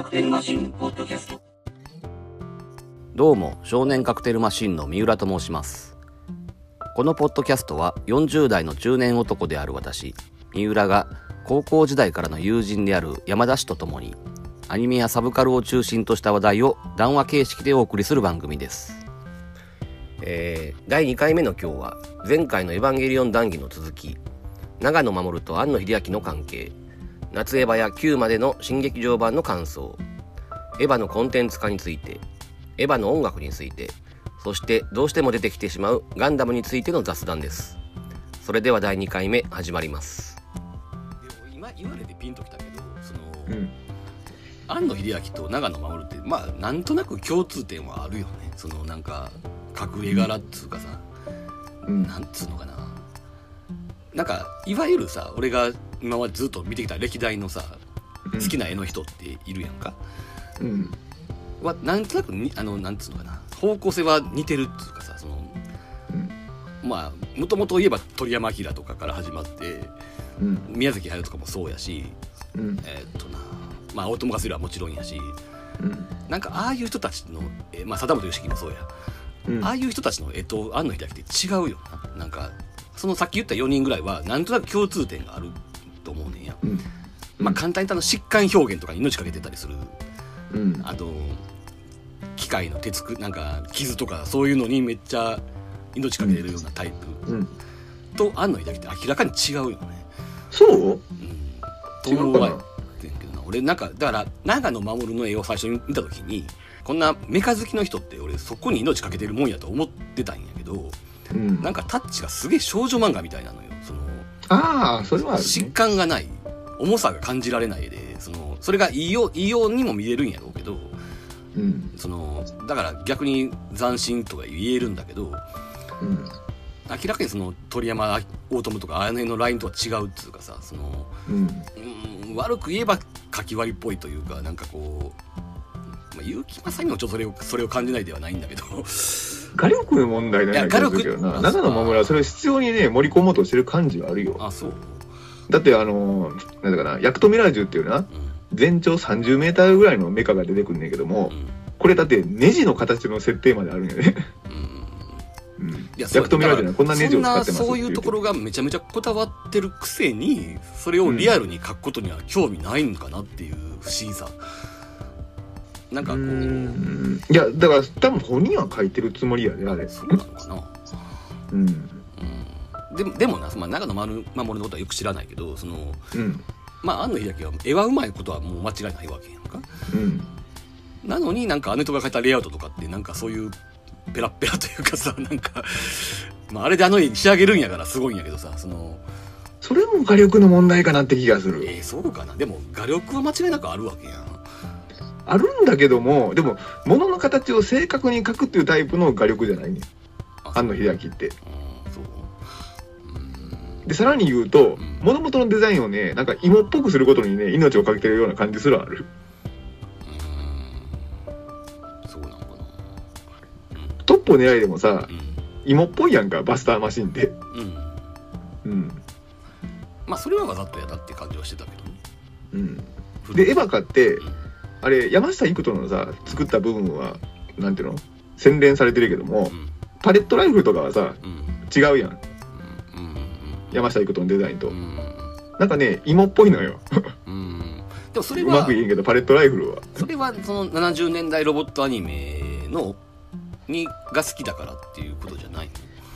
カクテルマシンポッドキャスト。 どうも少年カクテルマシンの三浦と申します。このポッドキャストは40代の中年男である私三浦が高校時代からの友人である山田氏と共にアニメやサブカルを中心とした話題を談話形式でお送りする番組です。第2回目の今日は前回のエヴァンゲリオン談義の続き、長野守と庵野秀明の関係、夏エヴァや Q までの新劇場版の感想、エヴァのコンテンツ化について、エヴァの音楽について、そしてどうしても出てきてしまうガンダムについての雑談です。それでは第2回目始まります。今言われてピンときたけど、庵野秀明と長野守ってまあなんとなく共通点はあるよね。そのなんか隠れ柄っつうかさ、なんつうのかな、なんかいわゆるさ、俺が今までずっと見てきた歴代のさ、好きな絵の人っているやんか、はなんとなくなんつうのかな、方向性は似てるっつうかさ、その、まあもともと言えば鳥山明とかから始まって、宮崎駿とかもそうやし、まあ大友克洋はもちろんやし、なんかああいう人たちの、まあ貞本義樹もそうや、ああいう人たちの庵野秀明って違うよな。なんかそのさっき言った4人ぐらいはなんとなく共通点があると思うねんや。まあ簡単に言った疾患表現とかに命かけてたりする、あと機械のなんか傷とかそういうのにめっちゃ命かけてるようなタイプ、と庵野秀明って明らかに違うよね。 そう？ と思われてんけどな。俺なんかだから長野守の絵を最初に見た時に、こんなメカ好きの人って俺そこに命かけてるもんやと思ってたんやけど、なんかタッチがすげえ少女漫画みたいなのよ。そのそれはあるね。 疾患がない、重さが感じられないで、それがいいようにも見えるんやろうけど、だから逆に斬新とか言えるんだけど、明らかにその鳥山大友とかあの辺のラインとは違うっていうかさ、悪く言えばかき割りっぽいというか、なんかこう、結城正美もちょっとそれを感じないではないんだけど画力の問題なんだけどな。長野守はそれを必要にね盛り込もうとしてる感じはあるよ。あ、そう。だってなんだかな、ヤクトミラージュっていうな、全長30メーターぐらいのメカが出てくるんだけども、これだってネジの形の設定まであるんやね。ヤクトミラージュはこんなネジを使ってますっていう。 そういうところがめちゃめちゃこだわってるくせに、それをリアルに描くことには興味ないんかなっていう不思議さ。なんかこう、 いやだから多分本人は書いてるつもりやで、あれ。 そうなのかな。でもな、長野守のことはよく知らないけど、まあ庵野秀明は絵はうまいことはもう間違いないわけやんか。なのになんかあの人が描いたレイアウトとかってなんかそういうペラッペラというかさ、なんかまああれであの絵に仕上げるんやからすごいんやけどさ、 それも画力の問題かなって気がする。 そうかな。でも画力は間違いなくあるわけやん。 あるんだけども、でも物の形を正確に描くっていうタイプの画力じゃないね、庵野秀明って。でさらに言うと、元々のデザインをね、なんか芋っぽくすることにね命をかけてるような感じすらある。 そうなのかな。 トップを狙いでもさ、芋っぽいやんか、バスターマシンって。 まあそれはわざとやだって感じはしてたけどね。 でエヴァカって、あれ山下育人のさ作った部分はなんていうの、洗練されてるけども、パレットライフルとかはさ、違うやん、山下育人のデザインと。なんかね芋っぽいのよ。 でもそれはうまく言えんけど、パレットライフルはそれはその70年代ロボットアニメのが好きだからっていうことじゃない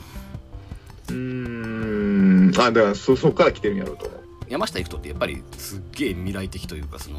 の？ だからそこから来てるんやろうと思う。 山下育人ってやっぱりすっげえ未来的というか、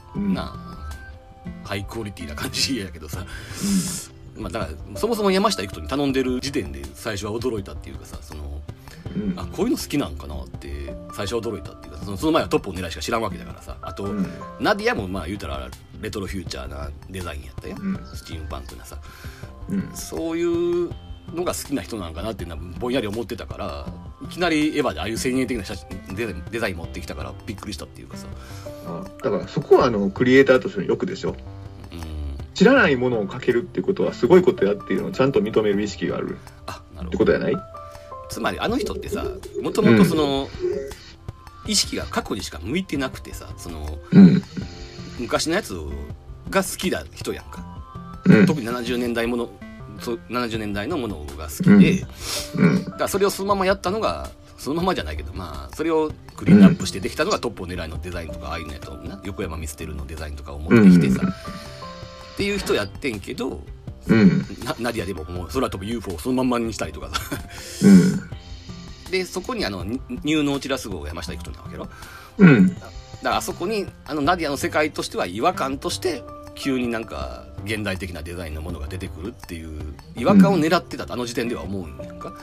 ハイクオリティな感じやけどさ、まあだからそもそも山下育人に頼んでる時点で最初は驚いたっていうかさ、こういうの好きなんかなって最初は驚いたっていうか、その前はトップを狙いしか知らんわけだからさ。あと、ナディアもまあ言うたらレトロフューチャーなデザインやったよ、スチームパンクなさ、そういうのが好きな人なんかなっていうのはぼんやり思ってたから、いきなりエヴァでああいう先鋭的なデザイン持ってきたからびっくりしたっていうかさ。 だからそこはクリエイターとしての欲でしょ。知らないものを描けるってことはすごいことやっていうのをちゃんと認める意識があるってことやない？ つまりあの人ってさ、もともと意識が過去にしか向いてなくてさ、 昔のやつが好きな人やんか、特に70年代のものが好きで、だからそれをそのままやったのが、そのままじゃないけど、まあそれをクリーンアップしてできたのがトップを狙いのデザインとか、ああいうのやと思うな、横山ミステルのデザインとかを持ってきてさ、っていう人やってんけど、ナディアでももう空飛ぶ UFO をそのまんまにしたりとかさ、でそこにニューノーチラス号が山下行くとなわけやろ、だからあそこにナディアの世界としては違和感として急になんか現代的なデザインのものが出てくるっていう違和感を狙ってたと、あの時点では思うんやんか、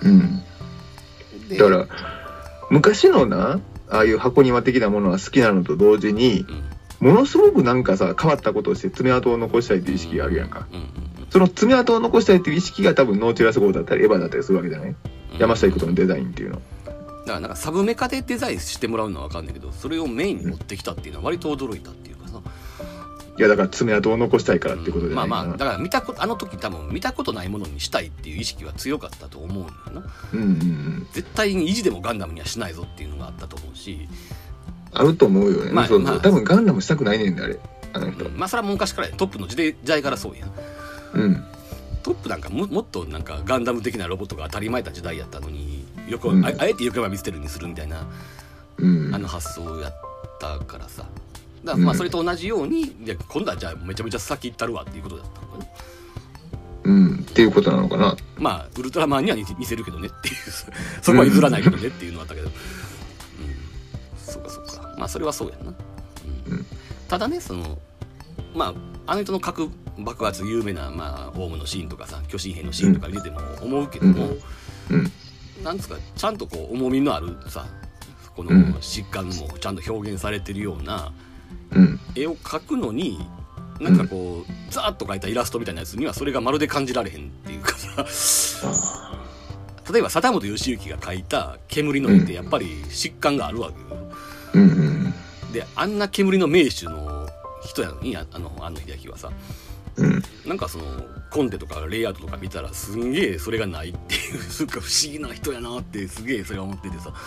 だから昔のな、ああいう箱庭的なものが好きなのと同時に、ものすごくなんかさ、変わったことをして爪痕を残したいという意識があるやんか、その爪痕を残したいという意識が多分ノーチラス号だったりエヴァだったりするわけじゃない、山下育人のデザインっていうのだからなんかサブメカでデザインしてもらうのは分かんないけど、それをメインに持ってきたっていうのは割と驚いたっていうかさ、 いやだから爪痕を残したいからっていうことで、 まあまあだからあの時多分見たことないものにしたいっていう意識は強かったと思うんだよな、絶対に意地でもガンダムにはしないぞっていうのがあったと思うし、 あると思うよね、多分ガンダムしたくないねんだ、あの人、 まあそれはもう昔からトップの時代からそうやん、トップなんかもっとなんかガンダム的なロボットが当たり前た時代やったのに、あえて横山見せてるにするみたいな、発想やったからさ、だからまあそれと同じように、今度はじゃあめちゃめちゃ先行ったるわっていうことだったのかな、 っていうことなのかな。 まあウルトラマンには似せるけどねっていうそこは譲らないけどねっていうのはあったけど、そうかまあそれはそうやんな、ただね、そのまああの人の核爆発有名な、まあオウムのシーンとかさ、巨神兵のシーンとか入れても思うけども、なんつうかちゃんとこう重みのあるさ、この疾患もちゃんと表現されてるような絵を描くのに、なんかこうザーッと描いたイラストみたいなやつにはそれがまるで感じられへんっていうかさ、例えば貞本義行が描いた煙の絵ってやっぱり疾患があるわけよ、であんな煙の名手の人やのに、庵野秀明はさ、なんかそのコンテとかレイアウトとか見たらすんげえそれがないっていう、すっか不思議な人やなってすげえそれは思っててさ、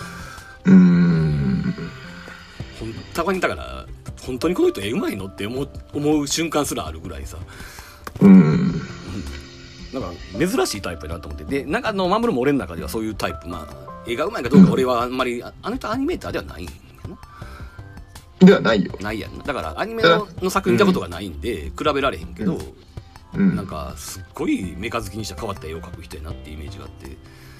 たまにだから本当にこの人絵うまいのって思う瞬間すらあるぐらいさ、なんか珍しいタイプやなと思って、でなんか守も俺の中ではそういうタイプ、まあ絵がうまいかどうか俺はあんまり、あの人アニメーターではないんやな、 ではないよ、 ないやんな、だからアニメの作品見たことがないんで比べられへんけど、なんかすっごいメカ好きにした変わった絵を描く人やなってイメージがあって、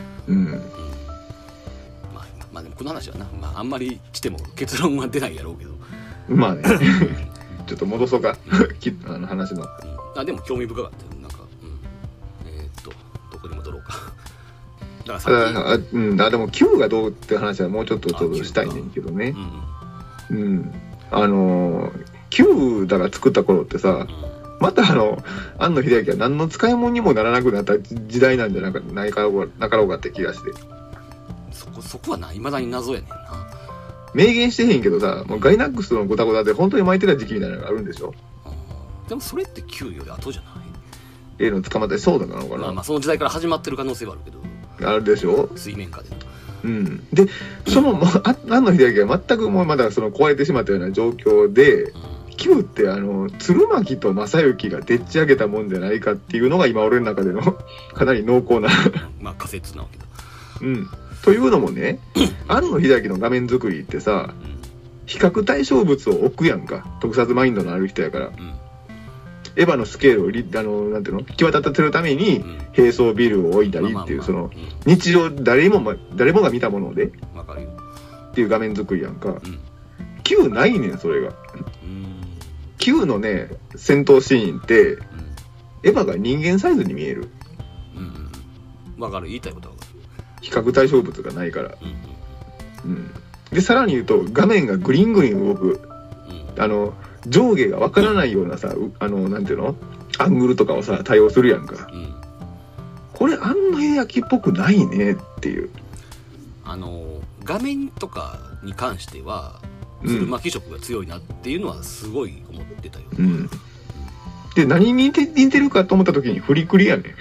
まあでもこの話はな、まああんまりしても結論は出ないやろうけど、 まあねちょっと戻そうか話の、 でも興味深かったよ、なんか、どこに戻ろうかだからさっきでも Q がどうって話はもうちょっとしたいねんけどね、Q だから作った頃ってさ、また庵野秀明は何の使い物にもならなくなった時代なんじゃないかろうかって気がして、 そこはな、未だに謎やねんな。 明言してへんけどさ、もうガイナックスのゴタゴタで本当に巻いてた時期みたいなのがあるんでしょ。 でもそれってQより後じゃない？ 例の捕まったりそうだなのかな。 まあその時代から始まってる可能性はあるけど。 あるでしょ。 水面下で。 で、その庵野秀明が全くもうまだその壊れてしまったような状況で、Q って鶴巻と正行がでっち上げたもんじゃないかっていうのが今俺の中でのかなり濃厚なまあ仮説なわけだ。 というのもね、庵野秀明の画面作りってさ、比較対象物を置くやんか、特撮マインドのある人やから、エヴァのスケールをなんていうの際立たせるために並走ビルを置いたりっていう、その日常誰もが見たものでっていう画面作りやんか。Q ないねん、それが。Q のね戦闘シーンってエヴァが人間サイズに見える。 わかる、言いたいことはわかる。 比較対象物がないから。でさらに言うと画面がグリングリン動く、上下がわからないようなさ、なんていうのアングルとかをさ対応するやんか。これ庵野秀明っぽくないねっていう。 画面とかに関しては鶴巻色が強いなっていうのはすごい思ってたよ。 で何に似てるかと思った時にフリクリやね。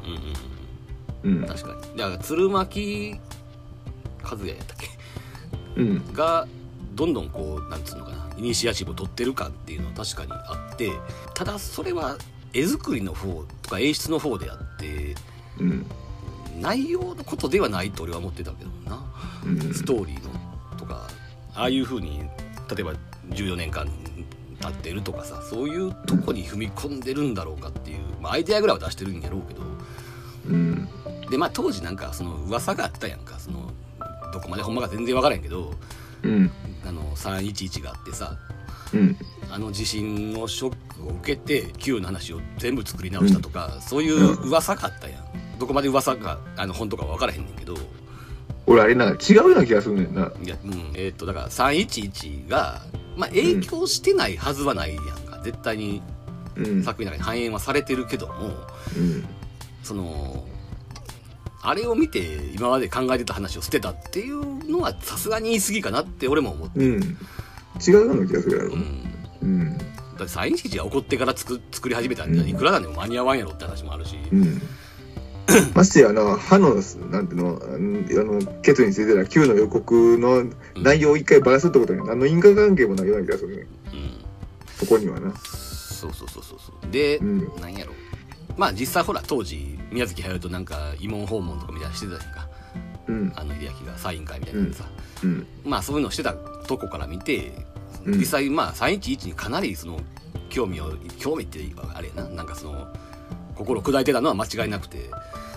確かに。だから鶴巻和也やったっけ、がどんどんこうなんつうのかな、イニシアチブを取ってる感っていうのは確かにあって、ただそれは絵作りの方とか演出の方であって、うん、内容のことではないと俺は思ってたけどな、うん、ストーリーのとかああいう風に例えば14年間経ってるとかさ、そういうとこに踏み込んでるんだろうかっていう、アイデアぐらいは出してるんやろうけど、うん、で当時なんかその噂があったやんか、そのどこまでほんまか全然分からへんけど、うん、311があってさ、うん、地震のショックを受けて Q の話を全部作り直したとか、そういう噂があったやん。どこまで噂が本当かは分からへんねんけど、 俺あれなんか違うような気がするねんな。 いや、だから311が影響してないはずはないやんか、絶対に作品の中に反映はされてるけども、そのあれを見て今まで考えてた話を捨てたっていうのはさすがに言い過ぎかなって俺も思って、違うような気がするやろ。 だって311が起こってから作り始めたんじゃいくらなんでも間に合わんやろって話もあるし、 ましてや歯のなんていうのケツについてた Q の予告の内容を一回ばらすってことには何の因果関係もないような気がするね、そこにはな。 そうで、なんやろ、実際ほら当時宮崎駿となんか慰問訪問とかみたいなしてたじゃんか、秀明がサイン会みたいなのでさ、そういうのしてたとこから見て、実際311にかなりその興味ってあれやな、なんかその心砕いてたのは間違いなくて、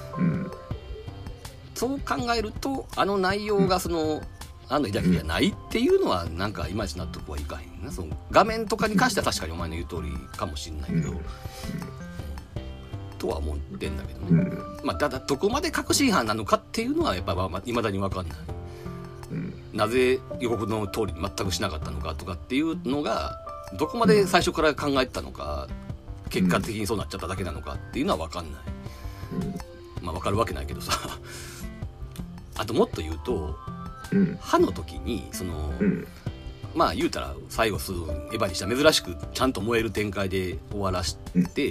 そう考えると内容がその秀明じゃないっていうのはなんかいまいち納得はいかへんな。その画面とかに関しては確かにお前の言う通りかもしれないけど、とは思ってんだけどね、ただどこまで確信犯なのかっていうのはやっぱ未だに分かんない、なぜ予告の通りに全くしなかったのかとかっていうのがどこまで最初から考えてたのか、結果的にそうなっちゃっただけなのかっていうのは分かんない、分かるわけないけどさあともっと言うと、歯の時にその、言うたら最後すぐエヴァにした珍しくちゃんと燃える展開で終わらして、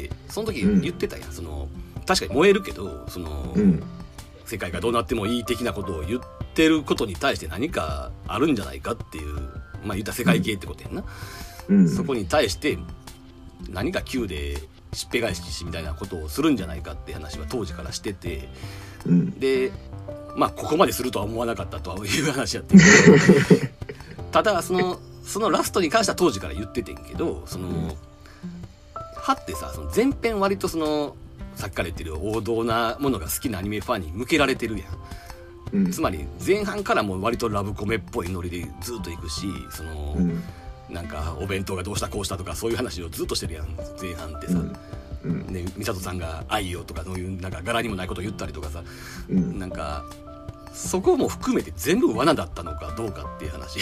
その時言ってたやん、その確かに燃えるけどその、世界がどうなってもいい的なことを言ってることに対して何かあるんじゃないかっていう、言ったら世界系ってことやんな、そこに対して何か Q でしっぺ返しみたいなことをするんじゃないかって話は当時からしてて、でここまでするとは思わなかったとはいう話やってんけどただそのラストに関しては当時から言っててんけど、その歯ってさ、その前編割とそのさっきから言ってる王道なものが好きなアニメファンに向けられてるやん、つまり前半からも割とラブコメっぽいノリでずっといくし、その、なんかお弁当がどうしたこうしたとかそういう話をずっとしてるやん前半ってさ、ね、美里さんが愛をとかそういうなんか柄にもないことを言ったりとかさ、なんかそこも含めて全部罠だったのかどうかっていう話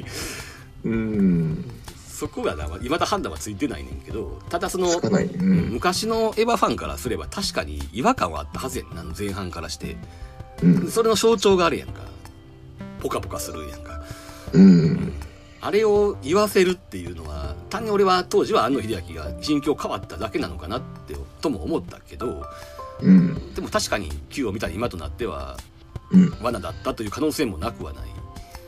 そこがいまだ判断はついてないねんけど、ただその、昔のエヴァファンからすれば確かに違和感はあったはずやんな、前半からして、それの象徴があるやんか、ポカポカするやんか、あれを言わせるっていうのは単に俺は当時は庵野秀明が心境変わっただけなのかなってとも思ったけど、でも確かに Q を見た今となっては罠だったという可能性もなくはない、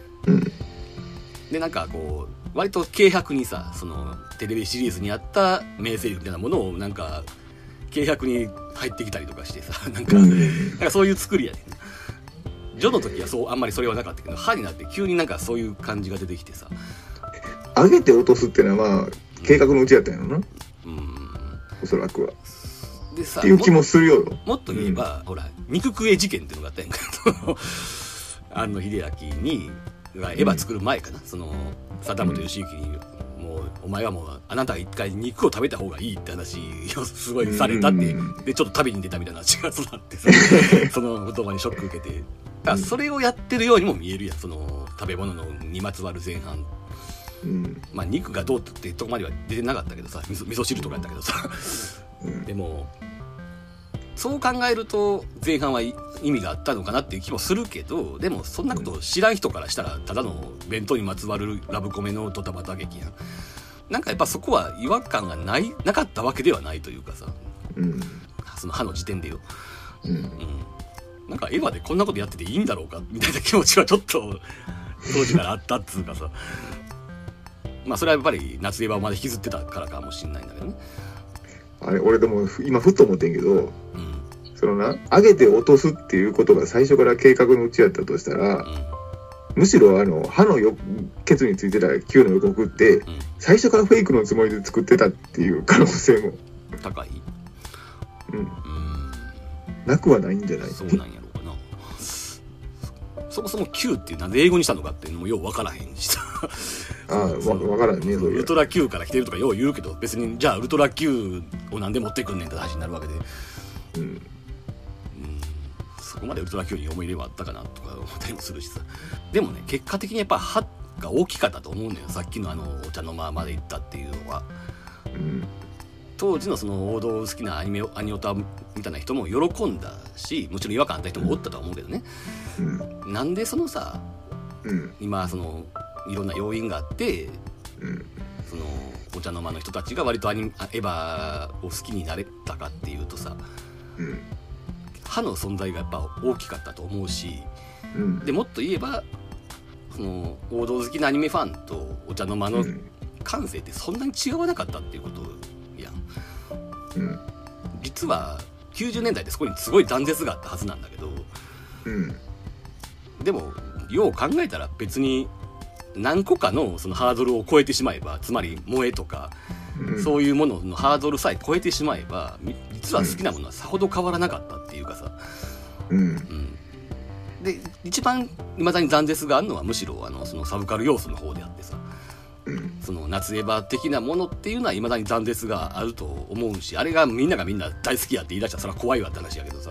でなんかこう割と軽薄にさ、そのテレビシリーズにあった名台詞みたいなものをなんか軽薄に入ってきたりとかしてさ、なんかそういう作りやねん。ジョの時はあんまりそれはなかったけど、歯になって急になんかそういう感じが出てきてさ、 上げて落とすっていうのは計画のうちやったんやろな、おそらくは。でさ、っていう気もするよ。 もっと言えば、ほら肉食え事件っていうのがあったやんか庵野秀明にエヴァ作る前かな、その貞本義行にもうお前はもうあなたが一回肉を食べた方がいいって話をすごいされたって、でちょっと旅に出たみたいな話がそうなってさその言葉にショック受けて、それをやってるようにも見えるやん、その食べ物にまつわる前半、肉がどうってとこまでは出てなかったけどさ、味噌汁とかやったけどさでもそう考えると前半は意味があったのかなっていう気もするけど、でもそんなことを知らん人からしたらただの弁当にまつわるラブコメのドタバタ劇やん。なんかやっぱそこは違和感がなかったわけではないというかさ、その歯の時点でよ、なんかエヴァでこんなことやってていいんだろうかみたいな気持ちはちょっと当時からあったっつうかさまあそれはやっぱり夏エヴァをまで引きずってたからかもしんないんだけどね。 あれ俺でも今ふっと思ってんけど、そのな上げて落とすっていうことが最初から計画のうちやったとしたら、むしろ歯のケツについてたQの予告って、最初からフェイクのつもりで作ってたっていう可能性も高い。 なくはないんじゃない。 そうなんやろうかな。そもそも Q ってなんで英語にしたのかっていうのもよう分からへんしさ分からんね。 ウルトラ Q から来てるとかよう言うけど、別にじゃあウルトラ Q をなんで持ってくんねんって話になるわけで、そこまでウルトラ Q に思い入れはあったかなとか思ったりもするしさ。でもね、結果的にやっぱ歯が大きかったと思うんだよ、さっきのお茶の間まで行ったっていうのは。当時のその王道好きなアニオタみたいな人も喜んだし、もちろん違和感あった人もおったとは思うけどね、なんでそのさ、今そのいろんな要因があって、そのお茶の間の人たちが割とエヴァを好きになれたかっていうとさ、歯の存在がやっぱ大きかったと思うし、でもっと言えばその王道好きなアニメファンとお茶の間の感性ってそんなに違わなかったっていうことやん。実は90年代ってそこにすごい断絶があったはずなんだけど、でもよう考えたら別に何個かのそのハードルを超えてしまえば、つまり萌えとか、そういうもののハードルさえ超えてしまえば、実は好きなものはさほど変わらなかったっていうかさ、で一番未だに断絶があるのはむしろそのサブカル要素の方であってさ、その夏エヴァ的なものっていうのは未だに断絶があると思うし、あれがみんな大好きやって言い出したらそれは怖いわって話やけどさ、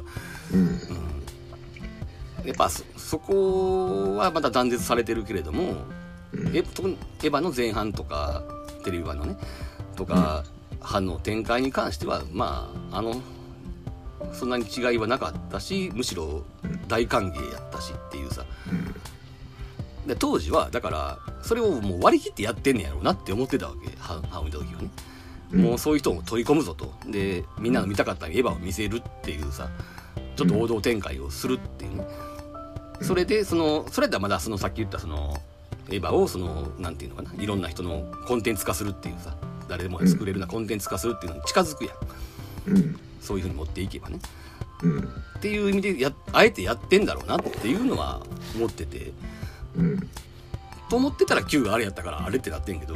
やっぱそこはまだ断絶されてるけれども、エヴァの前半とかテレビ版のねとか、歯の展開に関してはまあそんなに違いはなかったし、むしろ大歓迎やったしっていうさ、で当時はだからそれをもう割り切ってやってんねやろうなって思ってたわけ、歯を見た時はね、もうそういう人を取り込むぞと、でみんなの見たかったエヴァを見せるっていうさ、ちょっと王道展開をするっていうね、それでそれだまださっき言ったそのエヴァをなんていうのかな、いろんな人のコンテンツ化するっていうさ、誰でも作れるなコンテンツ化するっていうのに近づくやん、そういう風に持っていけばね、っていう意味であえてやってんだろうなっていうのは思ってて、と思ってたら Q があれやったからあれってなってんけど、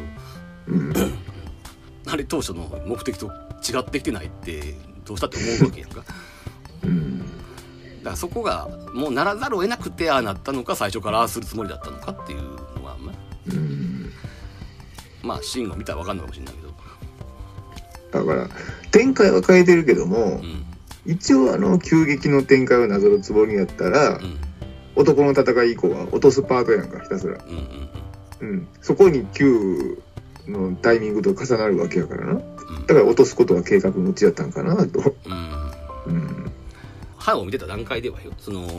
あれ当初の目的と違ってきてないってどうしたって思うわけやんか。だからそこがもうならざるを得なくてああなったのか、最初からああするつもりだったのかっていうのはまあシーンを見たら分かんないかもしれないけど、 だから展開は変えてるけども、一応急激の展開をなぞるつもりやったら、男の戦い以降は落とすパートやんか、ひたすら、そこに Q のタイミングと重なるわけやからな、だから落とすことは計画のうちやったんかなと。 歯を見てた段階ではよ、その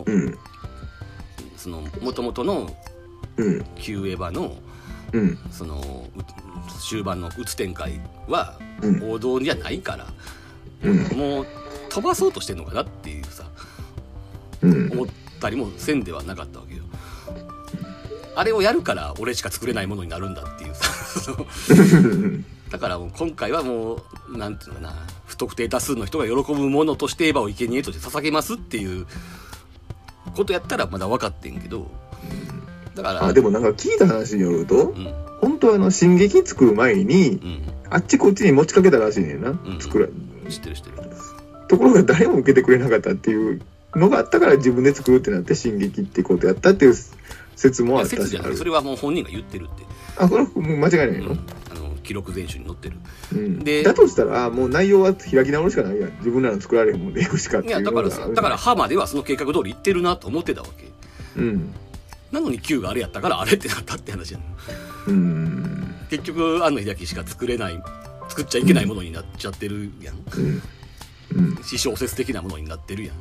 元々の Q エヴァの、その終盤のうつ展開は王道じゃないから、もう飛ばそうとしてんのかなっていうさ、思ったりもせんではなかったわけよ。あれをやるから俺しか作れないものになるんだっていうさだからもう今回はもうなんていうのかな、不特定多数の人が喜ぶものとしてエヴァを生贄として捧げますっていうことやったらまだ分かってんけど、だからでもなんか聞いた話によると、本当は進撃作る前に、あっちこっちに持ちかけたらしいねんな、知ってるところが誰も受けてくれなかったっていうのがあったから、自分で作るってなって進撃ってことやったっていう説もあったし、 それはもう本人が言ってるって。 これはもう間違いないの、 記録全集に載ってる、 でだとしたらもう内容は開き直るしかないやん、自分らの作られるもんでいくしかっていうのが。 だから歯まではその計画通りいってるなと思ってたわけ、なのに Q があれやったからあれってなったって話やん。結局庵野秀明しか作っちゃいけないものになっちゃってるやん、私小説的なものになってるやん。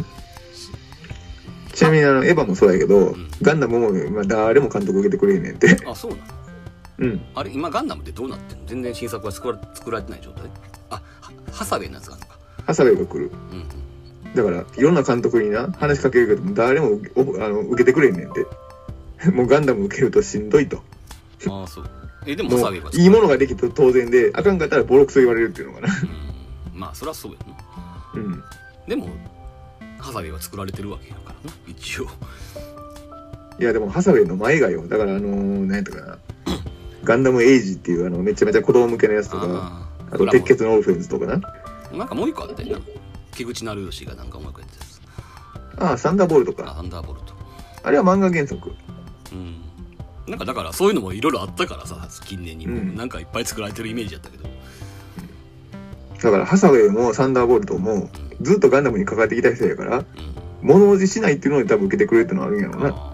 ちなみにエヴァもそうやけど、ガンダムも今誰も監督受けてくれへんねんて。 そうなの。あれ今ガンダムってどうなってんの？全然新作は作られてない状態？ハサウェイのやつがあるのか。 ハサウェイが来る。だからいろんな監督にな話しかけるけど誰も受けてくれへんねんて。 もうガンダム受けるとしんどいと。 ああそう。でもハサウェイはいいものができて当然で、あかんかったらボロクソ言われるっていうのかな。 まあそりゃそうやな。 うんでもハサウェイは作られてるわけやからな一応。 いやでもハサウェイの前がよ。だから何やったかなガンダムエイジっていうめちゃめちゃ子供向けのやつとか、あと鉄血のオルフェンズとかな。 なんかもう一個あったよな、木口成吉がなんかうまくやったやつ。 ああサンダーボルトか。 サンダーボルト、 あれは漫画原作。 なんかだからそういうのもいろいろあったからさ、近年にもなんかいっぱい作られてるイメージやったけど、 だからハサウェイもサンダーボルトもずっとガンダムに関わってきた人やから、物おじしないっていうのに多分受けてくれるってのはあるんやろうな。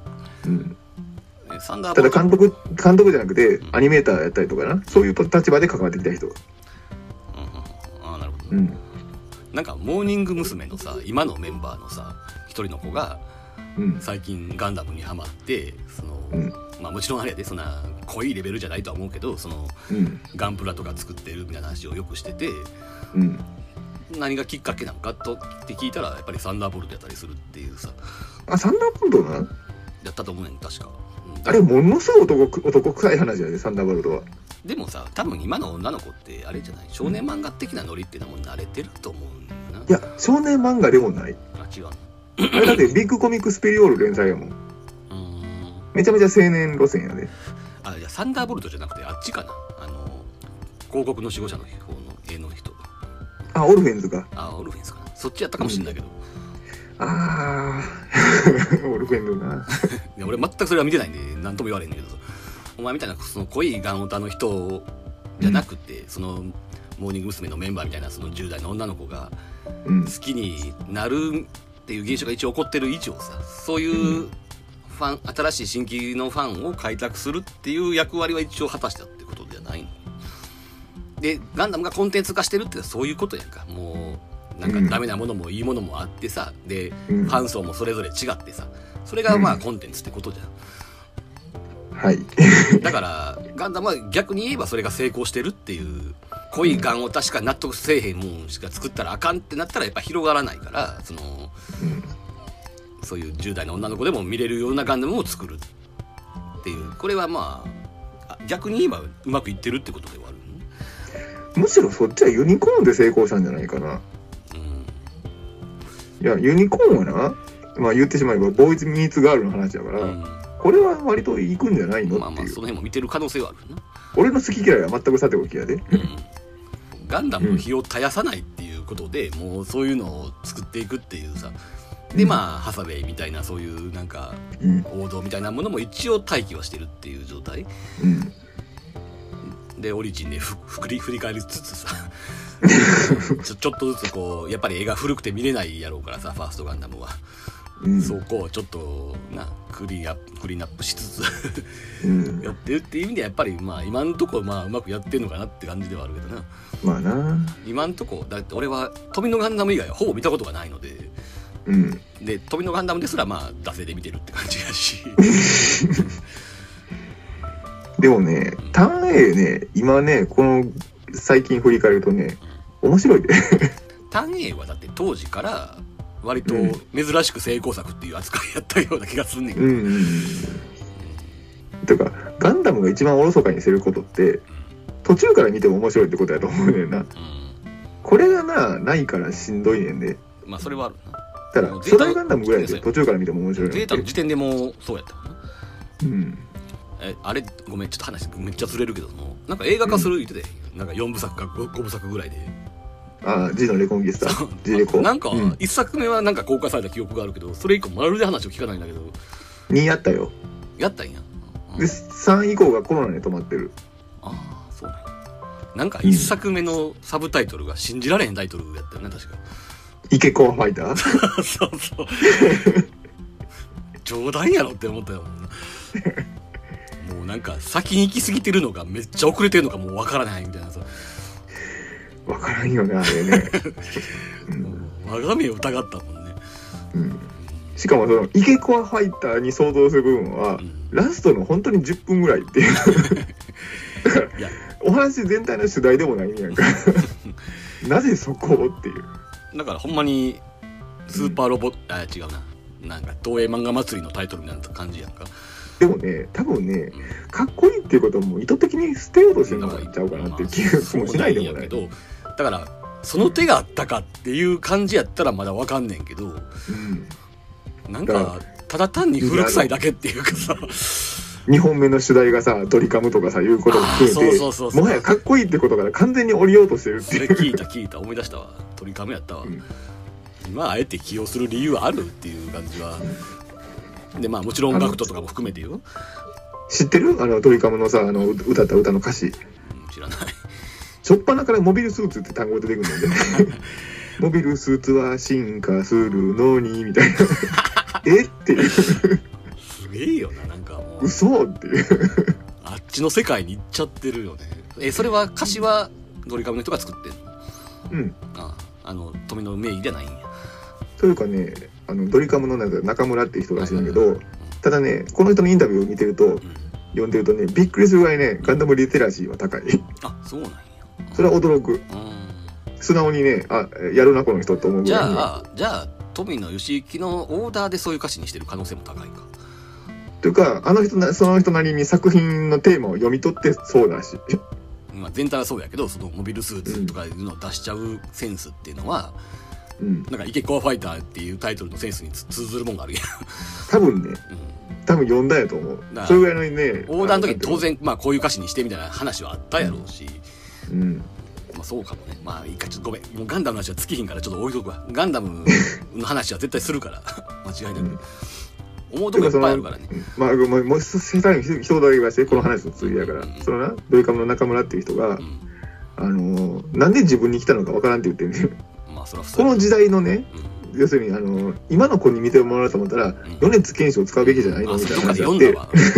サンダーボルトただ監督じゃなくてアニメーターやったりとかな、そういう立場で関わってきた人。 なるほど、なんかモーニング娘。のさ今のメンバーのさ一人の子が最近ガンダムにハマってまあもちろんあれやでそんな濃いレベルじゃないとは思うけどガンプラとか作ってるみたいな話をよくしてて、何がきっかけなのかって聞いたらやっぱりサンダーボルトやったりするっていうさ。 サンダーボルトなやったと思うねん確か。 あれものすごい男臭い話やでサンダーボルトは。でもさ多分今の女の子ってあれじゃない、少年漫画的なノリっていうのはもう慣れてると思うんだよな。 いや少年漫画でもない。 違うのあれだってビッグコミックスペリオール連載やもん。めちゃめちゃ青年路線やで。 いやサンダーボルトじゃなくてあっちかな、広告の守護者の方の絵の人。 オルフェンズか。 オルフェンズかな、そっちやったかもしれないけど。 オルフェンズな。 いや俺全くそれは見てないんで何とも言われんねんけどさ、お前みたいなその濃いガンオタの人じゃなくて、そのモーニング娘。のメンバーみたいなその10代の女の子が好きになるっていう現象が一応起こってる以上さ、そういう新しい新規のファンを開拓するっていう役割は一応果たしたってことじゃないので、ガンダムがコンテンツ化してるってそういうことやんか。もうなんかダメなものもいいものもあってさ、でファン層もそれぞれ違ってさ、それがまあコンテンツってことじゃん。だからガンダムは逆に言えばそれが成功してるっていう、濃いガンを確か納得せえへんもんしか作ったらあかんってなったらやっぱ広がらないから、そういう10代の女の子でも見れるようなガンダムを作るっていう、これはまあ逆に言えばうまくいってるってことではある。 むしろそっちはユニコーンで成功したんじゃないかな。いやユニコーンはな、まあ言ってしまえばボーイズミーツガールの話だから、これは割といくんじゃないのっていう。 まあその辺も見てる可能性はあるな。 俺の好き嫌いは全くさておきやで。 ガンダムの火を絶やさないっていうことで、もうそういうのを作っていくっていうさ。でまあハサウェイみたいなそういうなんか王道みたいなものも一応待機はしてるっていう状態。でオリジンで振り返りつつさちょっとずつこうやっぱり絵が古くて見れないやろうからさ、ファーストガンダムは、そこをちょっとクリーンアップしつつやってるっていう意味ではやっぱりまあ今んとこまあうまくやってんのかなって感じではあるけどな。 まあな、 今んとこだって俺は飛びのガンダム以外はほぼ見たことがないので、で飛びのガンダムですらまあ惰性で見てるって感じやしでもね、ターン A ね、今ね、この最近振り返るとね、面白いでターン A はだって当時から割と珍しく成功作っていう扱いやったような気がすんねんけど、 だからガンダムが一番おろそかにしてることって途中から見ても面白いってことやと思うねんな、これがないからしんどいねんで。 まあそれはあるな。 ただ初代ガンダムぐらいで途中から見ても面白い。 ゼータの時点でもそうやったもんな。あれごめんちょっと話めっちゃずれるけども、なんか映画化する言ってて、なんか4部作か 5部作ぐらいで。 G のレコンギスタG レコなんか1作目はなんか公開された記憶があるけど、それ以降まるで話を聞かないんだけど。 2やったよ。 やったんや。 で3以降がコロナで止まってる。 そうなんや。なんか1作目のサブタイトルが信じられへんタイトルやったよね確か。 イケコアファイターそう冗談やろって思ったよもうなんか先に行き過ぎてるのかめっちゃ遅れてるのかもう分からないみたいなさ。 分からんよねあれね我が目を疑ったもんね。 しかもそのイケコアファイターに想像する部分は、ラストの本当に10分ぐらいっていうだからお話全体の主題でもないんやんかなぜそこをっていう。 だからほんまにスーパーロボット、違うな、 なんか東映漫画祭りのタイトルみたいな感じやんか。 でもね、多分ね、かっこいいっていうことも意図的に捨てようとしてるのがいっちゃうかなっていう気がもしないでもない。 だからその手があったかっていう感じやったらまだわかんねんけど、なんかただ単に古臭いだけっていうかさ、 2本目の主題がさドリカムとかさいうことを含めて、もはやかっこいいってことから完全に降りようとしてるっていう。 それ聞いた思い出したわ。ドリカムやったわ。今あえて起用する理由あるっていう感じは。でまあもちろんガクトとかも含めてよ。 知ってるドリカムのさ歌った歌の歌詞。 知らない。 しょっぱなからモビルスーツって単語が出てくるんでモビルスーツは進化するのにみたいなえっていうすげえよな、なんかもう嘘っていうあっちの世界に行っちゃってるよね。それは歌詞はドリカムの人が作ってんの？富野名義じゃないんや。 というかねドリカムの中村っていう人らしいんだけど、ただねこの人のインタビューを見てると、読んでるとねびっくりするぐらいねガンダムリテラシーは高い。 あ、そうなんや。 それは驚く。素直にねやるなこの人と思うぐらい。 じゃあ富野義行のオーダーでそういう歌詞にしてる可能性も高いか。 というかその人なりに作品のテーマを読み取ってそうだしまあ全体はそうやけど、そのモビルスーツとかいうのを出しちゃうセンスっていうのは、なんかイケコアファイターっていうタイトルのセンスに通ずるもんがあるやん。多分ね、多分読んだやと思う。それぐらいのねオーダーの時に当然まあこういう歌詞にしてみたいな話はあったやろうし、まあそうかもね。まあいいか、ちょっとごめん、もうガンダムの話は尽きひんからちょっと置いとくわ。ガンダムの話は絶対するから間違いなく、思うとこいっぱいあるからね。 まあもう世界に一言だけ言わせて、この話の続きだから、そのなドリカムの中村っていう人が、なんで自分に来たのかわからんって言ってるんだよ。まあそれはこの時代のね、要するに今の子に見てもらおうと思ったら、米津玄師を使うべきじゃないのみたいな話があって、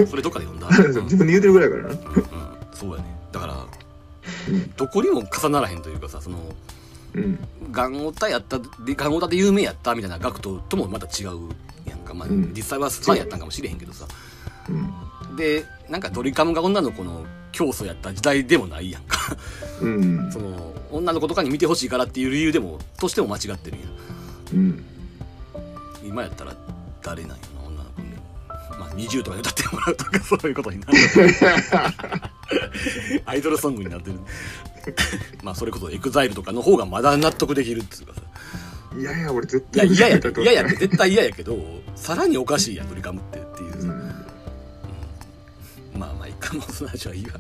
それどっかで読んだ。 自分で言うてるぐらいからな。 そうやね。だからどこにも重ならへんというかさ、そのガンオタで有名やったみたいなガクトともまた違うやんか。まあ実際はファンやったんかもしれへんけどさ、でなんかドリカムが女の子の教祖やった時代でもないやんかその女の子とかに見てほしいからっていう理由でもとしても間違ってるやん。今やったら誰なんやな、女の子に。まあ20とかで歌ってもらうとかそういうことになるアイドルソングになってるまあそれこそエグザイルとかの方がまだ納得できるっていうかさ。 いやいや俺絶対嫌や絶対嫌やけど、さらにおかしいやんドリカムっていう、まあいいか、もうその話はいいわ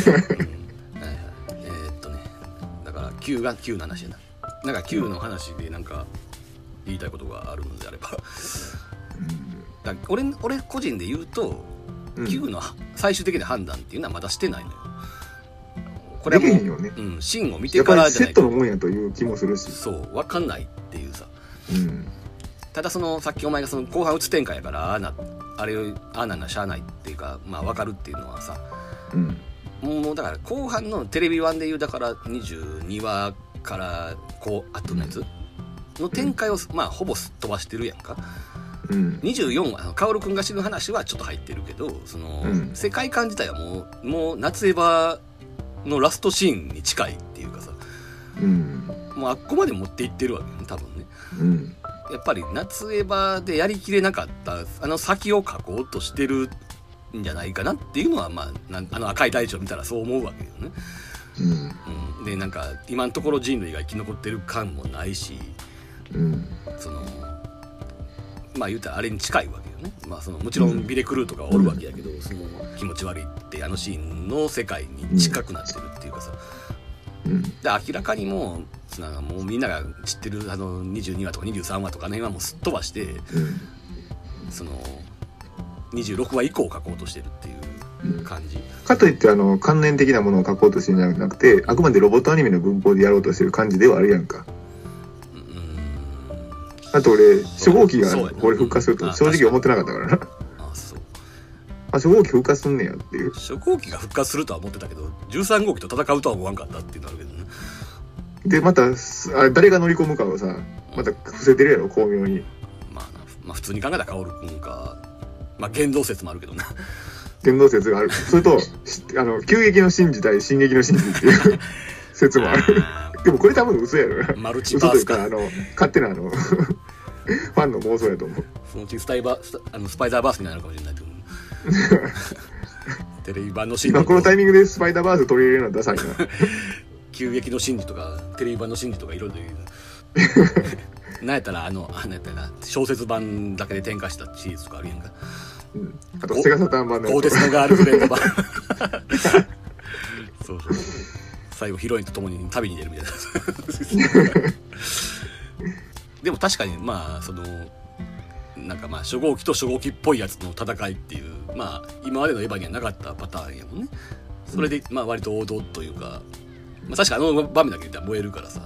だからQの話やな。なんか Q の話でなんか言いたいことがあるのであればだ俺個人で言うと、Q の最終的な判断っていうのはまだしてないのよ。これはもう、シンを見てからじゃないとセットのもんやという気もするし、 そう分かんないっていうさ、ただそのさっきお前がその後半うつ展開やからああなんなしゃあないっていうか、まあ分かるっていうのはさ、もうだから後半のテレビ版でいうだから22話からこう後のやつの展開を、まあほぼすっ飛ばしてるやんか。24話薫くんが死ぬ話はちょっと入ってるけど、その、世界観自体はもう夏エヴァのラストシーンに近いっていうかさ、もうあっこまで持っていってるわけよね多分ね。やっぱり夏エヴァでやりきれなかった先を書こうとしてるんじゃないかなっていうのは、まあ赤い大地を見たらそう思うわけよね。でなんか今のところ人類が生き残ってる感もないし、そのまあ言うたらあれに近いわけよね。まあそのもちろんビレクルーとかおるわけやけど、その気持ち悪いってシーンの世界に近くなってるっていうかさ、で明らかにもうみんなが知ってる22話とか23話とかねはもうすっ飛ばして、その26話以降を書こうとしてるっていう感じ。 かといって観念的なものを書こうとしてるんじゃなくて、あくまでロボットアニメの文法でやろうとしてる感じではあるやんか。あと俺初号機が復活すると正直思ってなかったからな。初号機復活すんねやっていう。 初号機が復活するとは思ってたけど、13号機と戦うとは思わんかったっていうのあるけどね。 でまた誰が乗り込むかをさ、また伏せてるやろ巧妙に。 まあ普通に考えたら薫君か、まあ言動説もあるけどな。 言動説がある。それと急激の真実対進撃の真実っていう説もある。でもこれ多分嘘やろな。 マルチバースか。 嘘というか勝手なファンの妄想やと思う。 そのうちスパイダーバースになるかもしれないけどテレビ版のシンジ今このタイミングでスパイダーバース取り入れるのはダサいな急激のシンジとかテレビ版のシンジとかいろいろ言うなんやったらなんやったら小説版だけで展開したシリーズとかあるやんか、 あとセガサターン版のゴーデスのガールフレンド版そう最後ヒロインと共に旅に出るみたいなでも確かにまあそのなんかまあ初号機と初号機っぽいやつの戦いっていうまあ今までのエヴァにはなかったパターンやもんね。それでまあ割と王道というか、まあ、確か場面だけで燃えるからさ、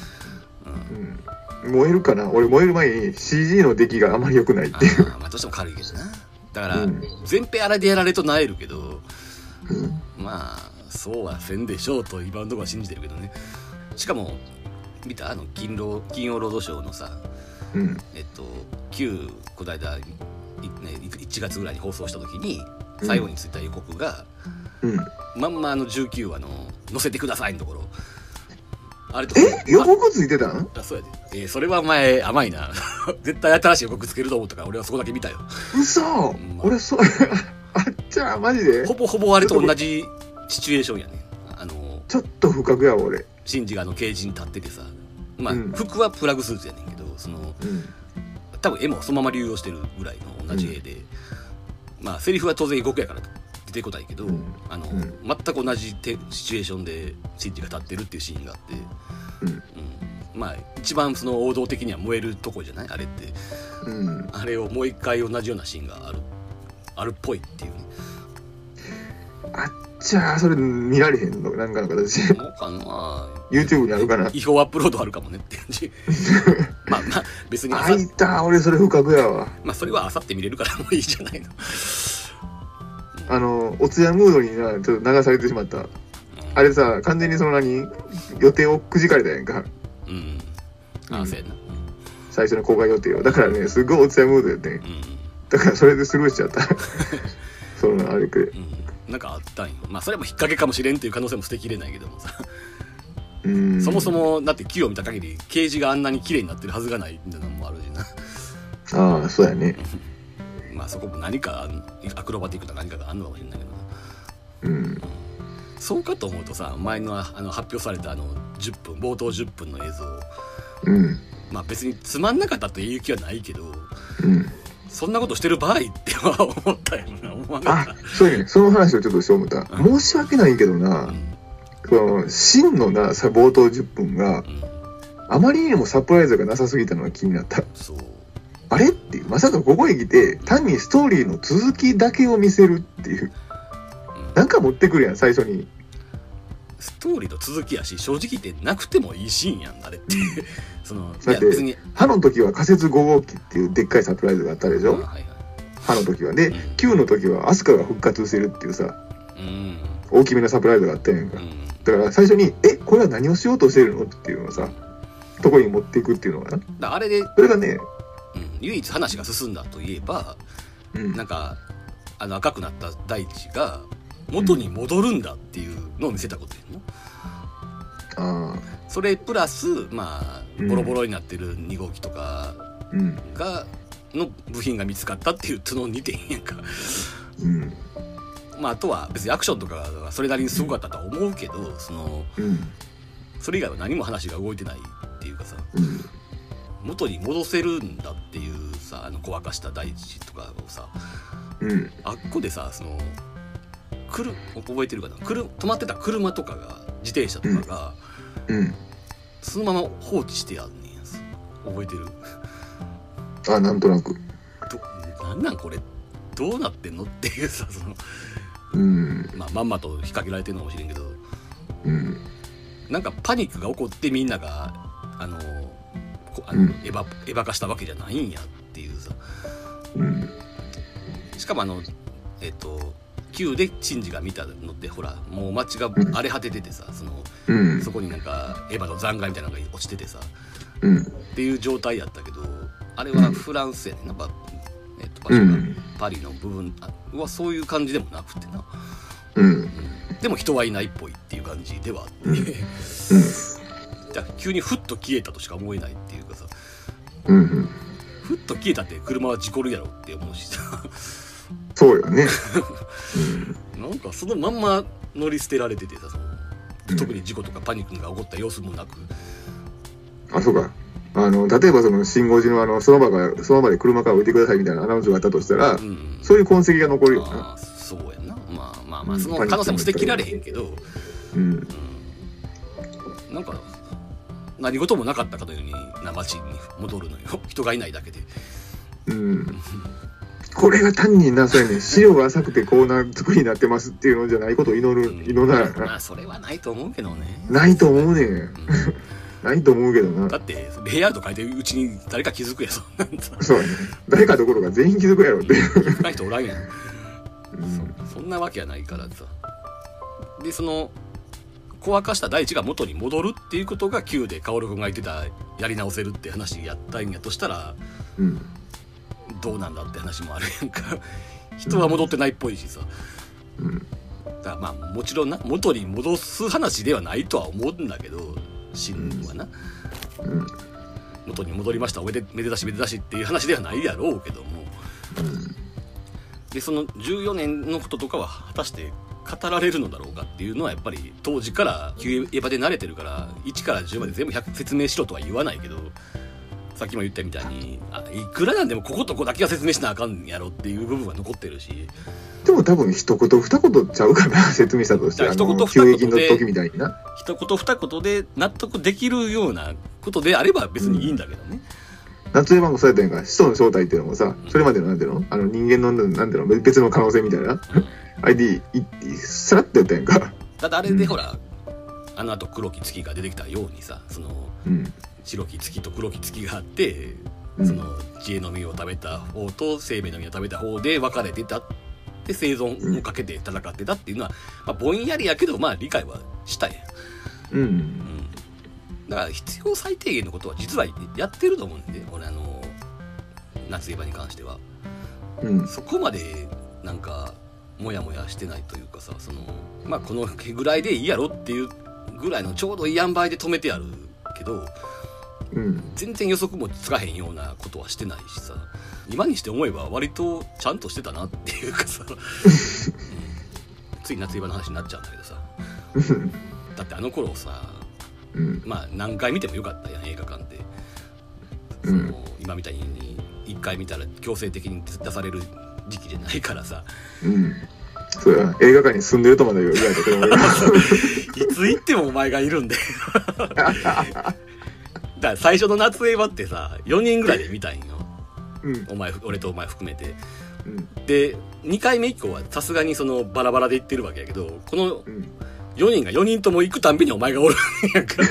燃えるかな。俺燃える前に CG の出来があまり良くないっていう。 まあどうしても軽いけどな。だから全編あれでやられるとなえるけど、まあそうはせんでしょうと今のところは信じてるけどね。しかも見た金曜ロードショーのさ、旧この間1月ぐらいに放送した時に最後についた予告が、まんま19話の載せてくださいのところあれと予告ついてたん？ そうやで、それはお前甘いな絶対新しい予告つけると思ったから俺はそこだけ見たよ。 嘘、俺そうあっちゃマジでほぼあれと同じシチュエーションやね。 ちょっと不覚やわ俺。 シンジがケージに立っててさ、まあ、服はプラグスーツやねんけどその、多分絵もそのまま流用してるぐらいの同じ絵で、まあセリフは当然予告やから出てこないけど、全く同じシチュエーションでシンジが立ってるっていうシーンがあって、まあ一番その王道的には燃えるとこじゃないあれって、あれをもう一回同じようなシーンがあるっぽいっていうね。 あっちゃそれ見られへんのなんかの形で。 かな YouTube にあるかな。 違法アップロードあるかもねって感じまあ別にあいた俺それ不覚やわ。 まあそれはあさって見れるからもういいじゃないの。おつやムードになちょっと流されてしまった、あれさ完全にその予定をくじかれたやんか。 そうやな、 最初の公開予定をだからねすごいおつやムードやってん、だからそれでスルーしちゃったそのあれくらい、 なんかあったんよ。まあそれも引っ掛けかもしれんっていう可能性も捨てきれないけどもさそもそもだってQを見た限りケージがあんなに綺麗になってるはずがないみたいなのもあるしな。 ああそうやねまあそこも何かアクロバティックな何かがあるのかもしれないけどな。そうかと思うとさ前の発表された10分冒頭10分の映像、まあ別につまんなかったという気はないけど、そんなことしてる場合っては思ったよな。思わなかった。 そうね、その話をちょっとして思った、申し訳ないけどな、真のな冒頭10分が、あまりにもサプライズがなさすぎたのが気になった。 そうあれってまさかここへ来て単にストーリーの続きだけを見せるっていう、なんか持ってくるやん最初に。 ストーリーの続きやし正直言ってなくてもいいシーンやんあれってそのだって歯の時は仮説5号機っていうでっかいサプライズがあったでしょ、歯の時はで、9の時はアスカが復活してるっていうさ、大きめのサプライズがあったやんか、だから最初にこれは何をしようとしてるのっていうのをさとこに持っていくっていうのがな、 あれでそれがね、 唯一話が進んだといえば、なんか赤くなった大地が元に戻るんだっていうのを見せたことやんの。それプラスまあボロボロになってる2号機とかが、の部品が見つかったっていうその2点やんか。まああとは別にアクションとかはそれなりにすごかったとは思うけど、それ以外は何も話が動いてないっていうかさ、元に戻せるんだっていうさ小明かした大地とかをさ、あっこでさ覚えてるかな、止まってた車とかが自転車とかが、そのまま放置してやんねんやつ覚えてる？ なんとなくなんこれどうなってんのっていうさまんまと引っ掛けられてるのかもしれんけど、なんかパニックが起こってみんながエヴァ化したわけじゃないんやっていうさ、しかもQ でシンジが見たのってほらもう街が荒れ果てててさ、そこになんかエヴァの残骸みたいなのが落ちててさ、っていう状態やったけど、あれはフランスやねんな、場所がパリの部分はそういう感じでもなくてな、でも人はいないっぽいっていう感じではあって、じゃあ急にふっと消えたとしか思えないっていうかさ、 ふっと消えたって車は事故るやろって思うしさそうよね、 なんかそのまんま乗り捨てられててさ、特に事故とかパニックが起こった様子もなく、 あ、そうか。例えばその信号時のその場で車から降りてくださいみたいなアナウンスがあったとしたら、そういう痕跡が残るよな。 そうやな。まあその可能性も捨てきられへんけど、なんか何事もなかったかのようにな街に戻るのよ。人がいないだけで。 これが単にな、そうやね、資料が浅くてこうな作りになってますっていうのじゃないことを祈らないな。 まあそれはないと思うけどね。 ないと思うね。ないと思うけどな。 だってレイアウト書いてるうちに誰か気づくやそんなんそうね。誰かどころか全員気づくやろっていう。 気づかない人おらんやん。そんなわけはないからさ。でその壊かした大地が元に戻るっていうことがQで薫君が言ってたやり直せるって話やったんやとしたら、どうなんだって話もあるやんか。人は戻ってないっぽいしさ。だからまあもちろんな元に戻す話ではないとは思うんだけど。真はな、元に戻りましためでたしっていう話ではないやろうけども、でその14年のこととかは果たして語られるのだろうかっていうのはやっぱり当時から旧エヴァで慣れてるから1から10まで全部説明しろとは言わないけど、さっきも言ったみたいにいくらなんでもこことこだけは説明しなあかんやろっていう部分は残ってるし、 でも多分一言二言ちゃうかな、説明したとして。 一言急激の時みたいにな。 一言二言で納得できるようなことであれば別にいいんだけどね。 夏江版もそうやったんやんか。始祖の正体っていうのもさ、それまでのなんていうの人間のなんていうの別の可能性みたいな。ID さらっとやったんやんか。 ただあれでほら、あの後黒き月が出てきたようにさ、その、白き月と黒き月があって、その知恵の実を食べた方と生命の実を食べた方で分かれてたで生存をかけて戦ってたっていうのは、まあ、ぼんやりやけどまあ理解はしたやん、だから必要最低限のことは実はやってると思うんで、俺夏エヴァに関しては、そこまでなんかモヤモヤしてないというかさ、そのまあこのぐらいでいいやろっていうぐらいのちょうどいい塩梅で止めてやるけど、全然予測もつかへんようなことはしてないしさ、今にして思えば割とちゃんとしてたなっていうかさ、つい夏エヴァの話になっちゃうんだけどさだってあの頃さ、まあ何回見てもよかったやん映画館で、その今みたいに1回見たら強制的に出される時期じゃないからさ、 そうや、映画館に住んでるとまで言われたけどいつ行ってもお前がいるんでだから最初の夏エヴァってさ4人ぐらいで見たんよ、俺とお前含めて、で2回目以降はさすがにそのバラバラで行ってるわけやけど、この4人が4人とも行くたんびにお前がおるんやから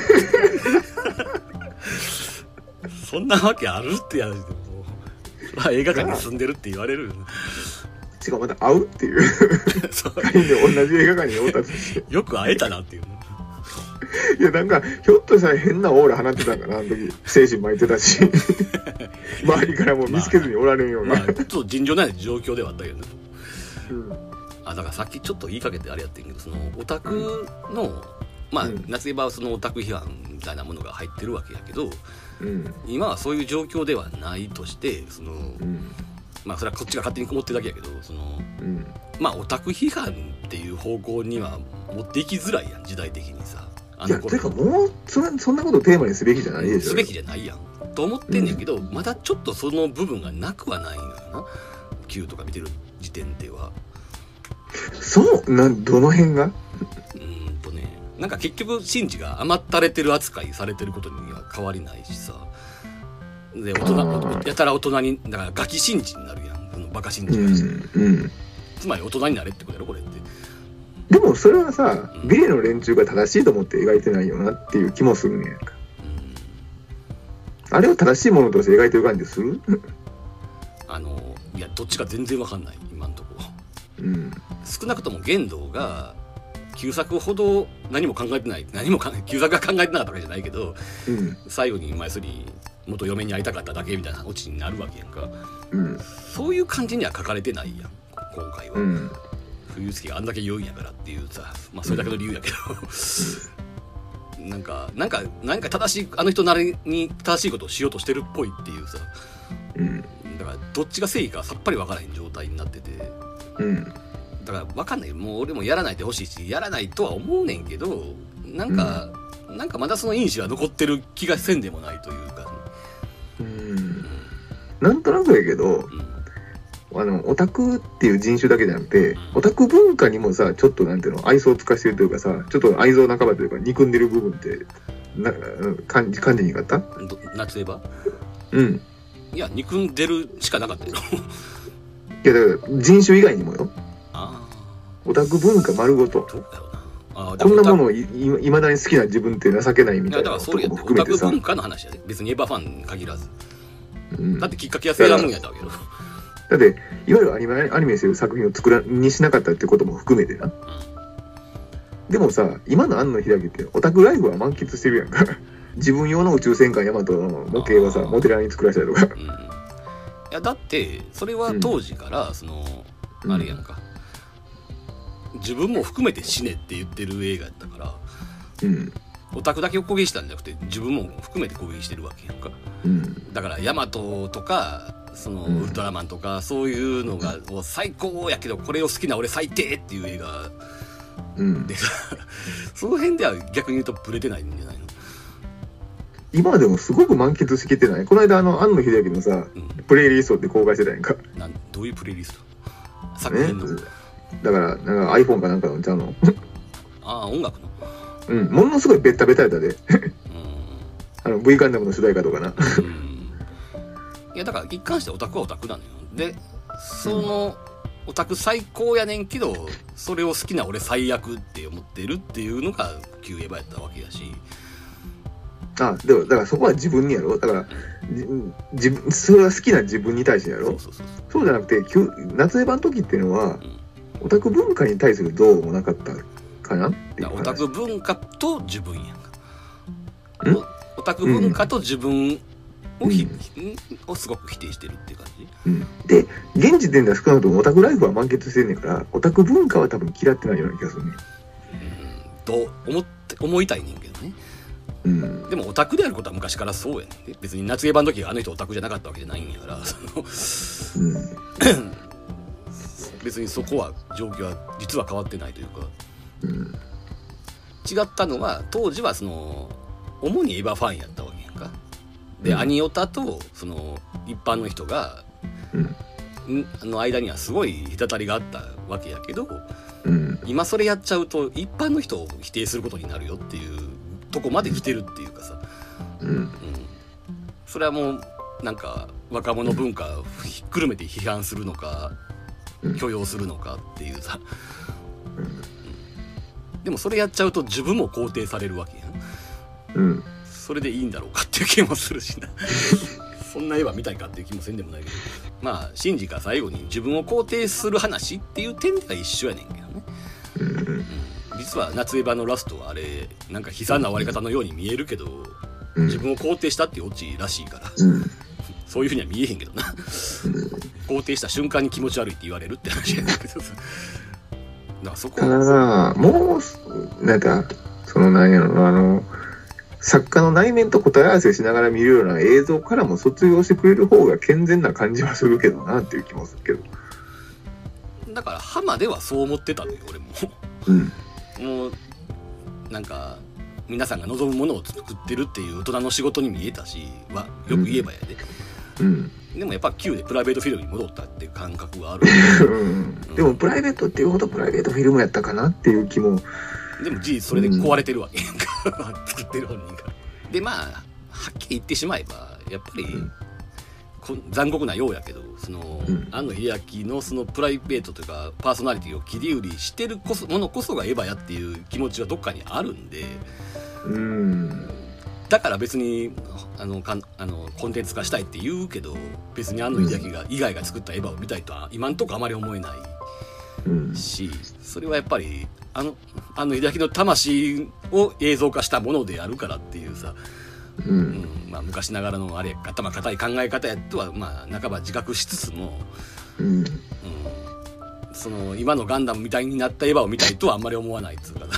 そんなわけあるってやるでもまあ映画館に住んでるって言われるよしかもまた会うっていうそう 2人で同じ映画館におったとしてよく会えたなっていういやなんかひょっとしたら変なオーラ放ってたんかな、あの時精神巻いてたし周りからも見つけずにおられんような、 ちょっと尋常ない状況ではあったけどね、だからさっきちょっと言いかけてあれやってんけど、そのオタクの、まあ夏エヴァはそのオタク批判みたいなものが入ってるわけやけど、今はそういう状況ではないとして、その、まあそれはこっちが勝手に思ってるだけやけど、その、まあオタク批判っていう方向には持っていきづらいやん、時代的にさ。 いや、てかもうそんなことをテーマにすべきじゃないでしょ。 すべきじゃないやんと思ってんねんけど、まだちょっとその部分がなくはないのよな、Q とか見てる時点では。 そうどの辺がなんか結局シンジが甘ったれてる扱いされてることには変わりないしさ、でやたら大人にだからガキシンジになるやん、そのバカシンジがして、つまり大人になれってことやろこれって。 でもそれはさ、ビレの連中が正しいと思って描いてないよなっていう気もするねんか、あれを正しいものとして描いてる感じするいやどっちか全然わかんない今んとこ、少なくとも玄道が旧作ほど何も考えてない、旧作が考えてなかったわけじゃないけど、最後に前に元嫁に会いたかっただけみたいなオチになるわけやんか、そういう感じには書かれてないやん今回は、冬月があんだけ言うんやからっていうさ、まあそれだけの理由やけどなんか正しいあの人なりに正しいことをしようとしてるっぽいっていうさ、 だからどっちが正義かさっぱり分からへん状態になってて、だから分かんない。もう俺もやらないでほしいし、やらないとは思うねんけど、なんかまだその因子は残ってる気がせんでもないというか、 なんとなくやけど、オタクっていう人種だけじゃなくて、オタク文化にもさ、ちょっとなんていうの、愛想をつかしてるというかさ、ちょっと愛憎半ばというか憎んでる部分って感じにいかった？ 夏エヴァ？ うん。 いや、憎んでるしかなかったよ。 いや、だから人種以外にもよ。オタク文化丸ごと。 どうだろうな。 こんなものをいまだに好きな自分って情けないみたいなことも含めてさ。オタク文化の話やで。別にエヴァファンに限らず。だってきっかけはセーラームーンやったわけど。 だっていわゆるアニメしてる作品をにしなかったってことも含めてな、でもさ、今の庵野秀明ってオタクライフは満喫してるやんか。自分用の宇宙戦艦ヤマトの模型はさ、モデラーに作らせたりとか、 いやだってそれは当時からその、あれやんか、自分も含めて死ねって言ってる映画やったから、オタクだけを攻撃したんじゃなくて自分も含めて攻撃してるわけやんか、だからヤマトとかそのウルトラマンとかそういうのがもう最高やけどこれを好きな俺最低っていう映画でさ、その辺では逆に言うとブレてないんじゃないの？ 今でもすごく満喫しきってない？この間庵野秀明のさ、プレイリストって公開してたやんか。 どういうプレイリスト？作品の？ だからなんか iPhone かなんかのちゃうの？ 音楽の？ ものすごいベッタベタやったで。V ガンダムの主題歌とかな。 いやだから一貫してオタクはオタクなのよ。でそのオタク最高やねんけどそれを好きな俺最悪って思ってるっていうのが旧エヴァやったわけやし。 でもだからそこは自分にやろ。だから自分、それは好きな自分に対してやろ。そうじゃなくて夏エヴァの時っていうのは、オタク文化に対するどうもなかったかなっていう話。 オタク文化と自分やんか。オタク文化と自分をすごく否定してるっていう感じ、 で現時点では少なくともオタクライフは満喫してんねんからオタク文化は多分嫌ってないような気がするね。 と思いたいねんけどね。でもオタクであることは昔からそうやねん。別に夏エヴァの時はあの人オタクじゃなかったわけじゃないんやから別にそこは状況は実は変わってないというか、違ったのは当時はその主にエヴァファンやったわけやんか。で、アニオタとその一般の人が、の間にはすごい隔たりがあったわけやけど、今それやっちゃうと一般の人を否定することになるよっていうとこまで来てるっていうかさ、それはもうなんか若者文化をひっくるめて批判するのか許容するのかっていうさ、でもそれやっちゃうと自分も肯定されるわけやん。それでいいんだろうかっていう気もするしなそんな絵は見たいかっていう気もせんでもないけど、まあシンジが最後に自分を肯定する話っていう点では一緒やねんけどね、実は夏エヴァのラストはあれなんか悲惨な終わり方のように見えるけど、自分を肯定したっていうオチらしいから、そういうふうには見えへんけどな肯定した瞬間に気持ち悪いって言われるって話やねんけどさ、だからそこたださ、もうなんかそのなんやろ作家の内面と答え合わせしながら見るような映像からも卒業してくれる方が健全な感じはするけどなっていう気もするけど、 だから浜ではそう思ってたのよ俺ももうなんか皆さんが望むものを作ってるっていう大人の仕事に見えたしはよく言えばやで、でもやっぱQでプライベートフィルムに戻ったっていう感覚があるでもプライベートっていうほどプライベートフィルムやったかなっていう気も。 でも事実それで壊れてるわけやんか作ってる本人が。でまあはっきり言ってしまえばやっぱり、残酷なようやけどその、庵野秀明のそのプライベートというかパーソナリティを切り売りしてるものこそがエヴァやっていう気持ちはどっかにあるんで、だから別にコンテンツ化したいって言うけど別に庵野秀明が以外が作ったエヴァを見たいとは今んとこあまり思えないし、それはやっぱり庵野秀明の魂を映像化したものであるからっていうさ、まあ、昔ながらのあれ頭固い考え方やとはまあ半ば自覚しつつも、その今のガンダムみたいになったエヴァを見たいとはあんまり思わないっつうか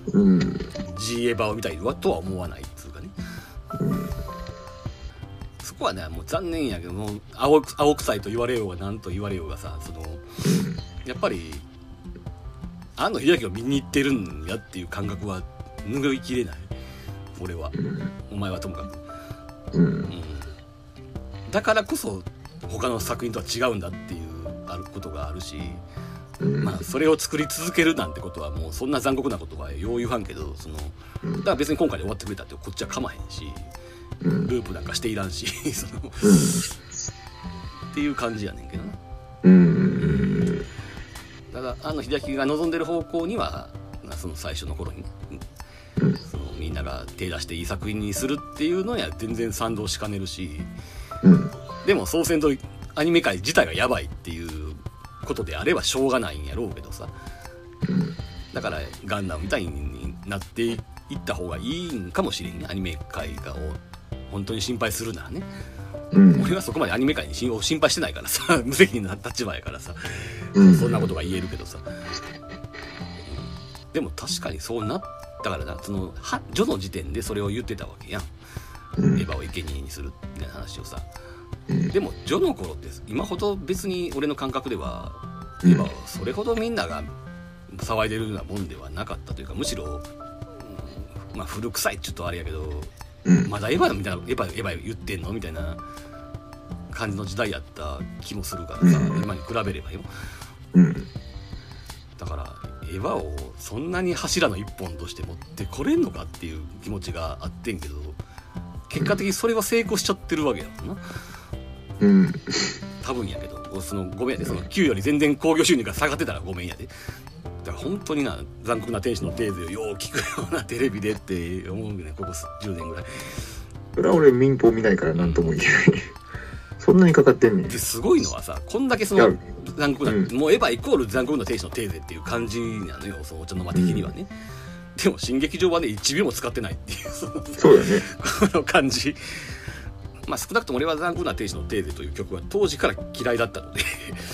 G エヴァを見たいとは思わないっつうかね、そこはねもう残念やけどもう青臭いと言われようが何と言われようがさやっぱり庵野秀明を見に行ってるんやっていう感覚は拭いきれない俺は、お前はともかく、だからこそ他の作品とは違うんだっていうあることがあるし、まあそれを作り続けるなんてことはもうそんな残酷なことはよう言わんけどだから別に今回で終わってくれたってこっちは構へんし、ループなんかしていらんしっていう感じやねんけどな。ただ庵野秀明が望んでる方向にはその最初の頃にね、みんなが手出していい作品にするっていうのや全然賛同しかねるし、でもそうせんとアニメ界自体がやばいっていうことであればしょうがないんやろうけどさ、だからガンダムみたいになっていった方がいいんかもしれんね、アニメ界が本当に心配するならね、俺はそこまでアニメ界に心配してないからさ無責任な立場やからさ、そんなことが言えるけどさ、でも確かにそうなったからな、その序の時点でそれを言ってたわけやん、エヴァを生贄にするみたいな話をさ。でも序の頃って今ほど別に俺の感覚ではエヴァはそれほどみんなが騒いでるようなもんではなかったというか、むしろ、まあ古臭いっちょっとあれやけど、まだエヴァみたいなエヴァ言ってんのみたいな感じの時代やった気もするからさ、今に比べればよ、だからエヴァをそんなに柱の一本として持ってこれんのかっていう気持ちがあってんけど、結果的にそれは成功しちゃってるわけやもんな、多分やけど、ごめんやで、その9より全然興行収入が下がってたらごめんやで、だから本当にな残酷な天使のテーゼをよう聞くようなテレビでって思うけどね、ここ10年ぐらい。 それは俺民放見ないから何とも言えないそんなにかかってんねん。 ですごいのはさ、こんだけその残酷な、もうエヴァイコール残酷な天使のテーゼっていう感じなのよ、そのお茶の間的にはね、でも新劇場版で1秒も使ってないっていうそうだねこの感じ。まあ少なくとも俺は残酷な天使のテーゼという曲は当時から嫌いだったので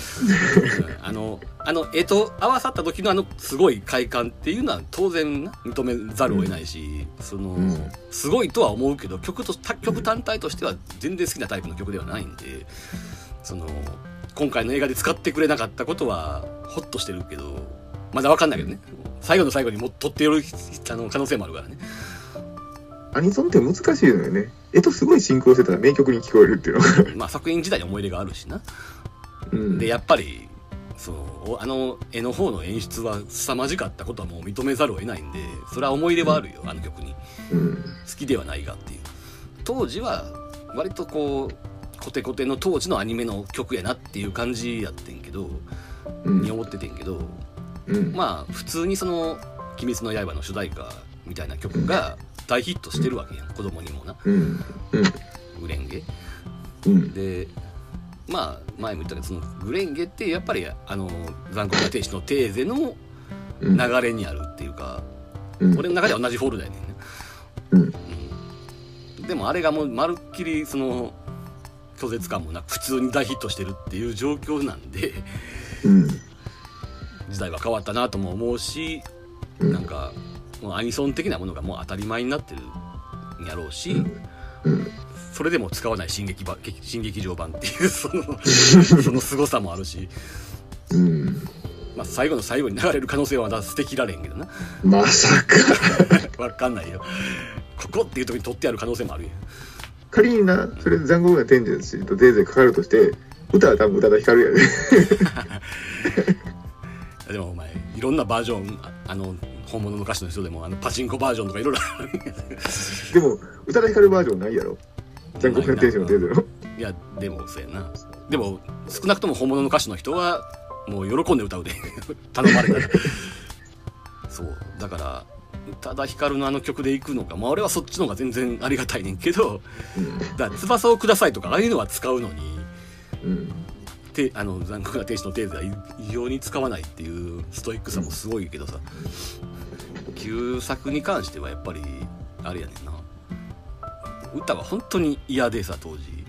絵と合わさった時のすごい快感っていうのは当然認めざるを得ないし、すごいとは思うけど曲単体としては全然好きなタイプの曲ではないんで、今回の映画で使ってくれなかったことはホッとしてるけど、まだ分かんないけどね、最後の最後にも取ってやる可能性もあるからね。 アニソンって難しいのよね。絵とすごいシンクロしてたら名曲に聞こえるっていうのがまあ作品自体に思い入れがあるしな、でやっぱり絵の方の演出は凄まじかったことはもう認めざるを得ないんで、それは思い入れはあるよ、あの曲に、好きではないがっていう。当時は割とこうコテコテの当時のアニメの曲やなっていう感じやってんけど、に思っててんけど、まあ普通にその「鬼滅の刃」の主題歌みたいな曲が大ヒットしてるわけやん、子供にもな、グレンゲ、でまあ前も言ったけど、そのグレンゲってやっぱり残酷な天使のテーゼの流れにあるっていうか、俺の中では同じフォルダやねんね、でもあれがもうまるっきりその拒絶感もなく普通に大ヒットしてるっていう状況なんで、時代は変わったなとも思うし、なんかもうアニソン的なものがもう当たり前になってるんやろうし、それでも使わない新劇場版っていうその凄さもあるし、まあ最後の最後に流れる可能性はまだ捨てきられんけどな、 まさかわかんないよ、ここっていう時に取ってある可能性もあるやん。 仮にな、それ残酷な天使とテーゼかかるとして歌は多分宇多田ヒカルやねでもお前いろんなバージョン、本物の歌手の人でもパチンコバージョンとかいろいろあるでも宇多田ヒカルバージョンないやろ、残酷な天使のテーゼの。 いやでもそうやな、でも少なくとも本物の歌手の人はもう喜んで歌うで頼まれたらそうだから宇多田ヒカルのあの曲で行くのか、まあ俺はそっちの方が全然ありがたいねんけど、だから翼をくださいとかああいうのは使うのに、残酷な天使のテーゼは異様に使わないっていうストイックさもすごいけどさ、旧作に関してはやっぱりあれやねんな、歌は本当に嫌でさ当時、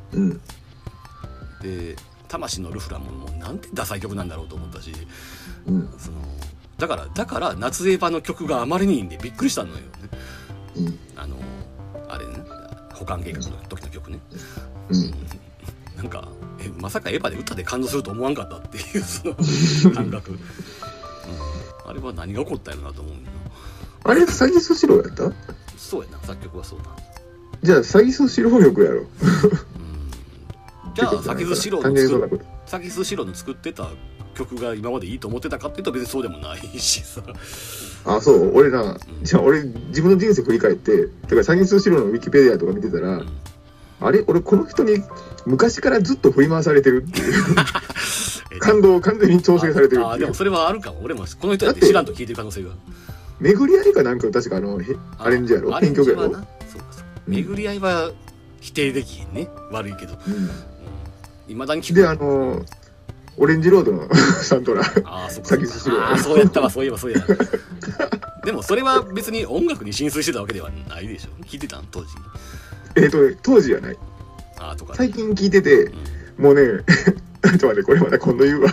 で魂のルフランももうなんてダサい曲なんだろうと思ったし、だから夏エヴァの曲があまりにいいんでびっくりしたのよね、あれね、 保管計画の時の曲ね、 うん、 なんかまさかエヴァで歌で感動すると思わんかったっていうその感覚、うん、あれは何が起こったんやろなと思うんだよな。 あれ詐欺スシローやった？ そうやな、作曲はそうだ。 じゃあ詐欺スシロー力やろ。 じゃあ詐欺スシローの作ってた曲が今までいいと思ってたかっていうと別にそうでもないしさ。 あ、そう。俺な、じゃあ俺自分の人生振り返って、だから詐欺スシローのウィキペディアとか見てたら、あれ俺この人に昔からずっと振り回されてるっていう感動を完全に調整されてるっていう。 あ、でもそれはあるかも。俺もこの人やって知らんと聞いてる可能性が。 巡り合いかなんか確かアレンジやろ、編曲やろ。そうかそうか。巡り合いは否定できへんね。悪いけど。未だに聞く。 でオレンジロードのサントラ。 ああ、そうか。そうやったわ、そういえばそうや。でもそれは別に音楽に浸水してたわけではないでしょ。聞いてたん当時。 当時はない。 とか、ね、 最近聞いてて、もうね、ちょっと待って、これまた今度言うわ。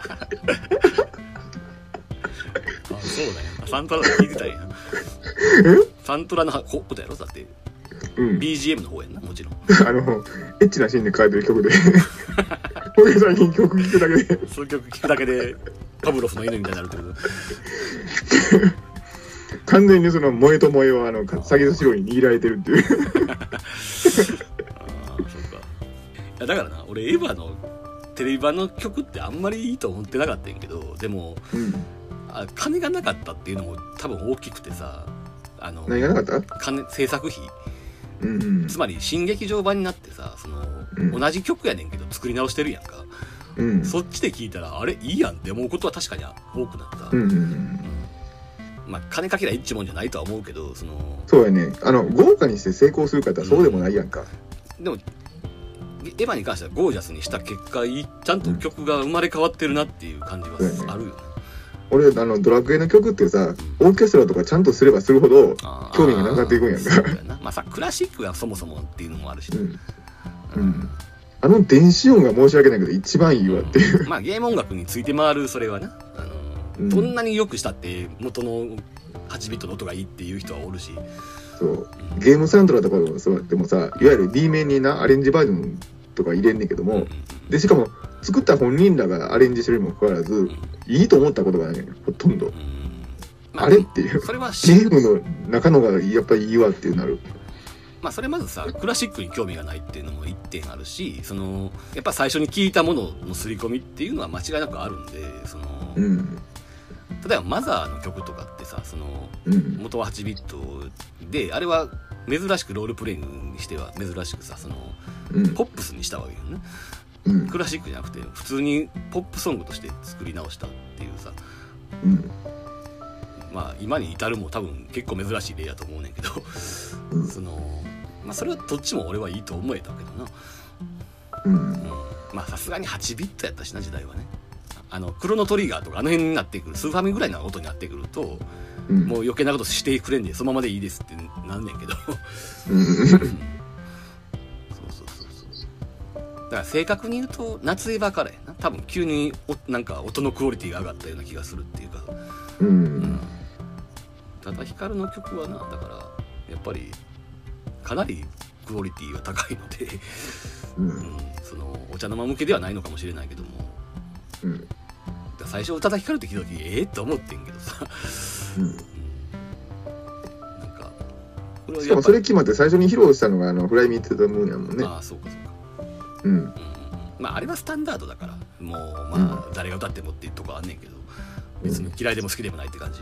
そうだよ。サントラ聞いてたんや。サントラのことやろだって。BGM の方やんな、もちろん。 エッチなシーンで書いてる曲で。俺最近曲聴くだけで。 その曲聴くだけで、パブロフの犬みたいになるってこと。 完全にその萌えと萌えは詐欺スシローに握られてるっていう。 そうか。だからな、俺エヴァのテレビ版の曲ってあんまりいいと思ってなかったんやけど、でも、金がなかったっていうのも多分大きくてさ、 何がなかった？ 制作費。つまり新劇場版になってさ、同じ曲やねんけど作り直してるやんか、そっちで聞いたらあれいいやんって思うことは確かに多くなった。まあ金かけりゃ一もんじゃないとは思うけど、 そうやね、豪華にして成功する方はそうでもないやんか。 でもエヴァに関してはゴージャスにした結果ちゃんと曲が生まれ変わってるなっていう感じはあるよね。 俺ドラクエの曲ってさ、オーケストラとかちゃんとすればするほど興味がなくなっていくんやんか。 まあさ、クラシックがそもそもっていうのもあるし、 電子音が申し訳ないけど一番いいわっていう、 まあゲーム音楽について回るそれはな、どんなに良くしたって元の8ビットの音がいいっていう人はおるし、 そうゲームサントラとかでもさ、いわゆる B 面にアレンジバージョンとか入れんねんけども、でしかも作った本人らがアレンジしてるにもかかわらず、いいと思ったことがね、ほとんど、あれっていう、 それはゲームの中のがやっぱりいいわっていうなる。 まあそれまずさ、クラシックに興味がないっていうのも一点あるし、やっぱ最初に聞いたものの刷り込みっていうのは間違いなくあるんで、例えばマザーの曲とかってさ、元は8ビットで、あれは珍しくロールプレイングにしては珍しくさ、ポップスにしたわけよね。クラシックじゃなくて普通にポップソングとして作り直したっていうさ、まあ今に至るも多分結構珍しい例やと思うねんけど、まあそれはどっちも俺はいいと思えたけどな。まあさすがに8ビットやったしな、時代はね。クロノトリガーとかあの辺になってくる、スーファミぐらいの音になってくると、もう余計なことしてくれんでそのままでいいですってなんねんけど。だから正確に言うと夏エヴァからやな。多分急になんか音のクオリティが上がったような気がするっていうか、ただヒカルの曲はな、だからやっぱりかなりクオリティが高いので、お茶の間向けではないのかもしれないけども、最初宇多田ヒカルって聞いた時って思ってんけどさ、なんかこれはやっぱりしかもそれ決まって最初に披露したのがフライミートゥザムーンやもんね。 ああ、そうかそうか。まああれはスタンダードだからもうまあ誰が歌ってもっていうとこあんねんけど、別に嫌いでも好きでもないって感じ。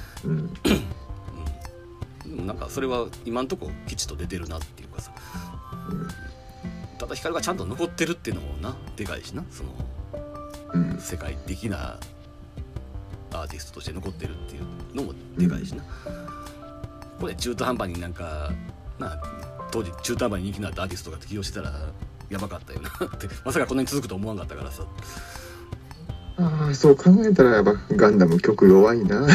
なんかそれは今んとこきちっと出てるなっていうかさ、ただヒカルがちゃんと残ってるっていうのもな、でかいしな、世界的なアーティストとして残ってるっていうのもでかいしな。これ中途半端になんか当時中途半端に人気のあったアーティストが起用してたらやばかったよなってまさかこんなに続くと思わなかったからさ。 そう考えたらやっぱガンダム曲弱いな。そうなんや。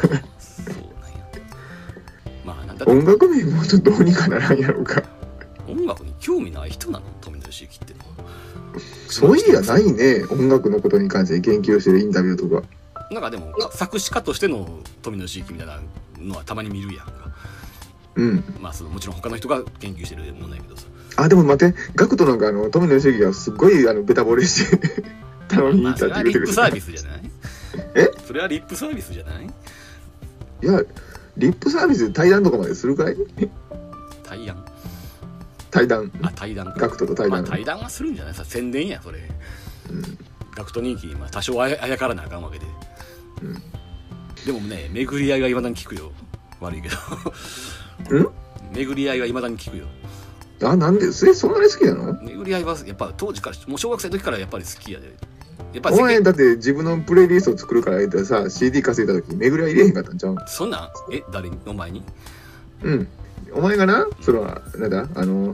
まあなんだ音楽面もちょっとどうにかならんやろうか。 音楽に興味ない人なの、富野義行ってのは。 そういやないね、音楽のことに関して言及してるインタビューとか。 なんかでも作詞家としての富野義行みたいなのはたまに見るやんか。 まあもちろん他の人が研究してるもんないけどさ。 でも待って、ガクトなんか富野義行がすごいベタ惚れして頼みに行ったって言ってる。 それはリップサービスじゃない？それはリップサービスじゃない？ いや、リップサービスで対談とかまでするかい？ 対談。 対談。ガクトと対談。 対談はするんじゃない？さ、宣伝やそれ。ガクト人気に多少あやからなあかんわけで。でもね、巡り合いはいまだに聞くよ。悪いけど。巡り合いはいまだに聞くよ。 なんでそんなに好きなの？ 巡り合いはやっぱ当時から、もう小学生の時からやっぱり好きやで。やっぱお前だって自分のプレイリストを作るから言ったらさ、 CD 稼いだ時巡り合い入れへんかったんちゃう？ そんなん誰に？お前に？ お前がな、そのなんだ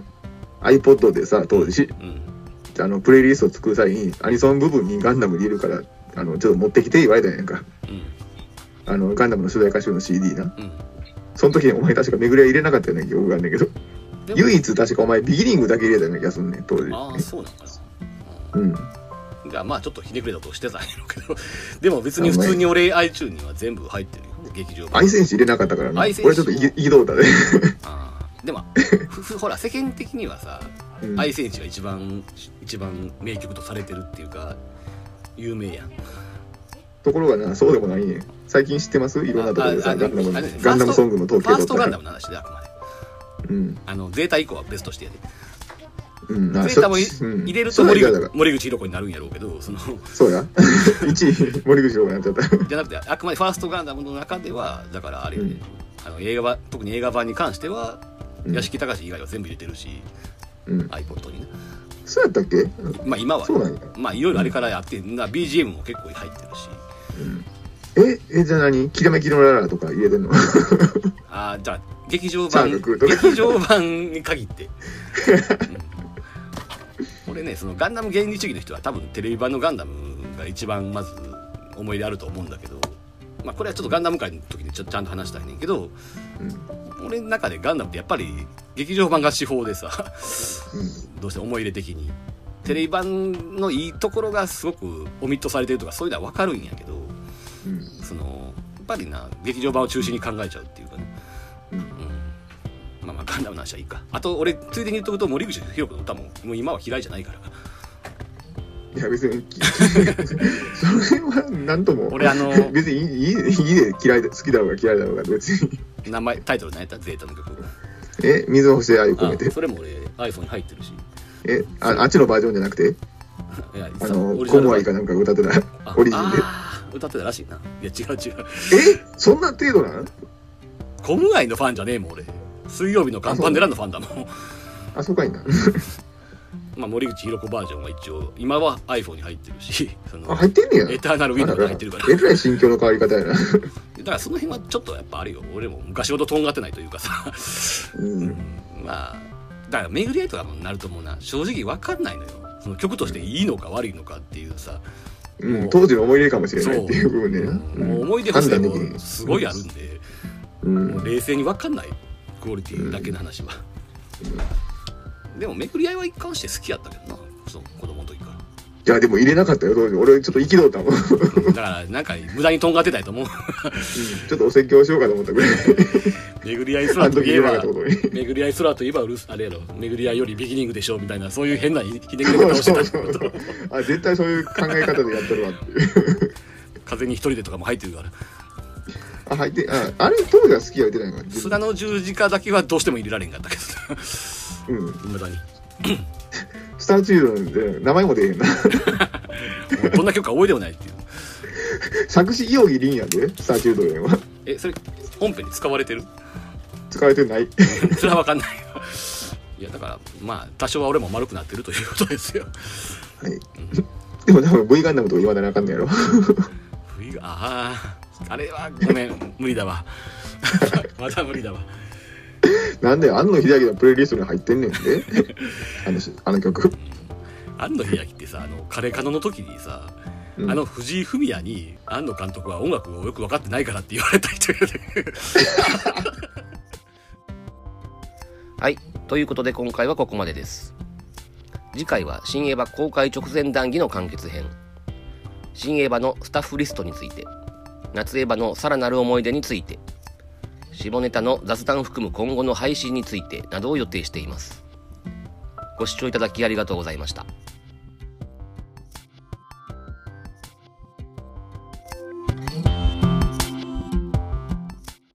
iPod でさ当時、プレイリストを作る際にアニソン部分にガンダム入れるからちょっと持ってきて言われたんやんか。ガンダムの主題歌集の CD な。その時にお前確か巡り合い入れなかったような記憶があるんだけど、唯一確かお前ビギニングだけ入れたような気がするね当時。 そうなのかな。じゃあまあちょっとひねくれたとしてたんやろうけど、でも別に普通に俺 iTunes には全部入ってるよ、劇場版。 愛選手入れなかったからな。俺ちょっと憤ったね。 でもほら世間的にはさ、愛選手が一番名曲とされてるっていうか有名やん。 ところがな、そうでもないね。最近知ってます？いろんなところでさ、ガンダムソングの統計取ったら。ファーストガンダムの話であくまで。ゼータ以降はベストしてやで。ゼータも入れると森口博子になるんやろうけど、 そうや。1位森口博子になっちゃった。 じゃなくて、あくまでファーストガンダムの中ではだからあれよね。特に映画版に関しては屋敷隆以外は全部入れてるし、iPod にね。 そうやったっけ？ まあ今はまあいろいろあれからやって、BGM も結構入ってるし。 じゃあ何？キラメキのララとか入れてんの？ じゃあ劇場版に限って。俺ね、そのガンダム原理主義の人は多分テレビ版のガンダムが一番まず思い出あると思うんだけど、まあこれはちょっとガンダム界の時にちゃんと話したいねんけど、俺の中でガンダムってやっぱり劇場版が至宝でさ、どうして思い入れ的にテレビ版のいいところがすごくオミットされてるとかそういうのは分かるんやけど、やっぱりな劇場版を中心に考えちゃうっていうかね。まあガンダムの話はいいか。あと俺ついでに言っとくと森口博子の歌もう今は嫌いじゃないから。 いや別にそれは何とも。俺別にいいで嫌いで好きだろうが嫌いだろうが別に。 タイトル何やった？ゼータの曲。 水の星で愛を込めて。 それも俺 iPhone に入ってるし。 あっちのバージョンじゃなくて？コモアイかなんか歌ってたオリジンで。 歌ってたらしいな。いや違う。 そんな程度なん？ コムアイのファンじゃねえもん俺。水曜日のカンパネラのファンだもん。 そうかいな。 まあ森口博子バージョンは一応今は iPhone に入ってるし、 入ってんねや。 エターナルウィンドウに入ってるから。 えらい心境の変わり方やな。だからその辺はちょっとやっぱあるよ。俺も昔ほどとんがってないというかさ。まあだから巡り合いとかもなると思うな。正直分かんないのよ。その曲としていいのか悪いのかっていうさ。 当時の思い出かもしれないっていう部分でな。 もう思い出補正もすごいあるんで、もう冷静に分かんないクオリティだけの話は。でも巡り合いは一貫して好きやったけどな、その子供の時から。 いやでも入れなかったよ当時。俺ちょっと憤ったもん。 だからなんか無駄にとんがってたいと思う。 ちょっとお説教しようかと思ったぐらい。 巡り合い空といえば巡り合い空といえばあれやろ、巡り合いよりビギニングでしょみたいな、そういう変なひねくれ方をしてた。 絶対そういう考え方でやってるわっていう。 風に一人でとかも入ってるから。 入ってあれ当時は好きは言ってないから。 砂の十字架だけはどうしても入れられんかったけど。無駄に。 スターチュードで名前も出えへんな。 どんな曲か覚えてもないっていう。 作詞容疑凛やでスターチュードは。 それ本編に使われてる？ 使われてない。 それは分かんない。いやだからまあ多少は俺も丸くなってるということですよ。 はい。でも多分 V ガンダムとか言わなあかんのやろ。 あれはごめん無理だわ。また無理だわ。 なんで庵野秀明のプレイリストに入ってんねんで。あの曲。 庵野秀明ってさ、カレカノの時にさ、藤井フミヤに庵野監督は音楽をよく分かってないからって言われた人やで。はい、ということで今回はここまでです。次回は新エヴァ公開直前談義の完結編、新エヴァのスタッフリストについて、夏エヴァのさらなる思い出について、 下ネタの雑談含む今後の配信についてなどを予定しています。ご視聴いただきありがとうございました。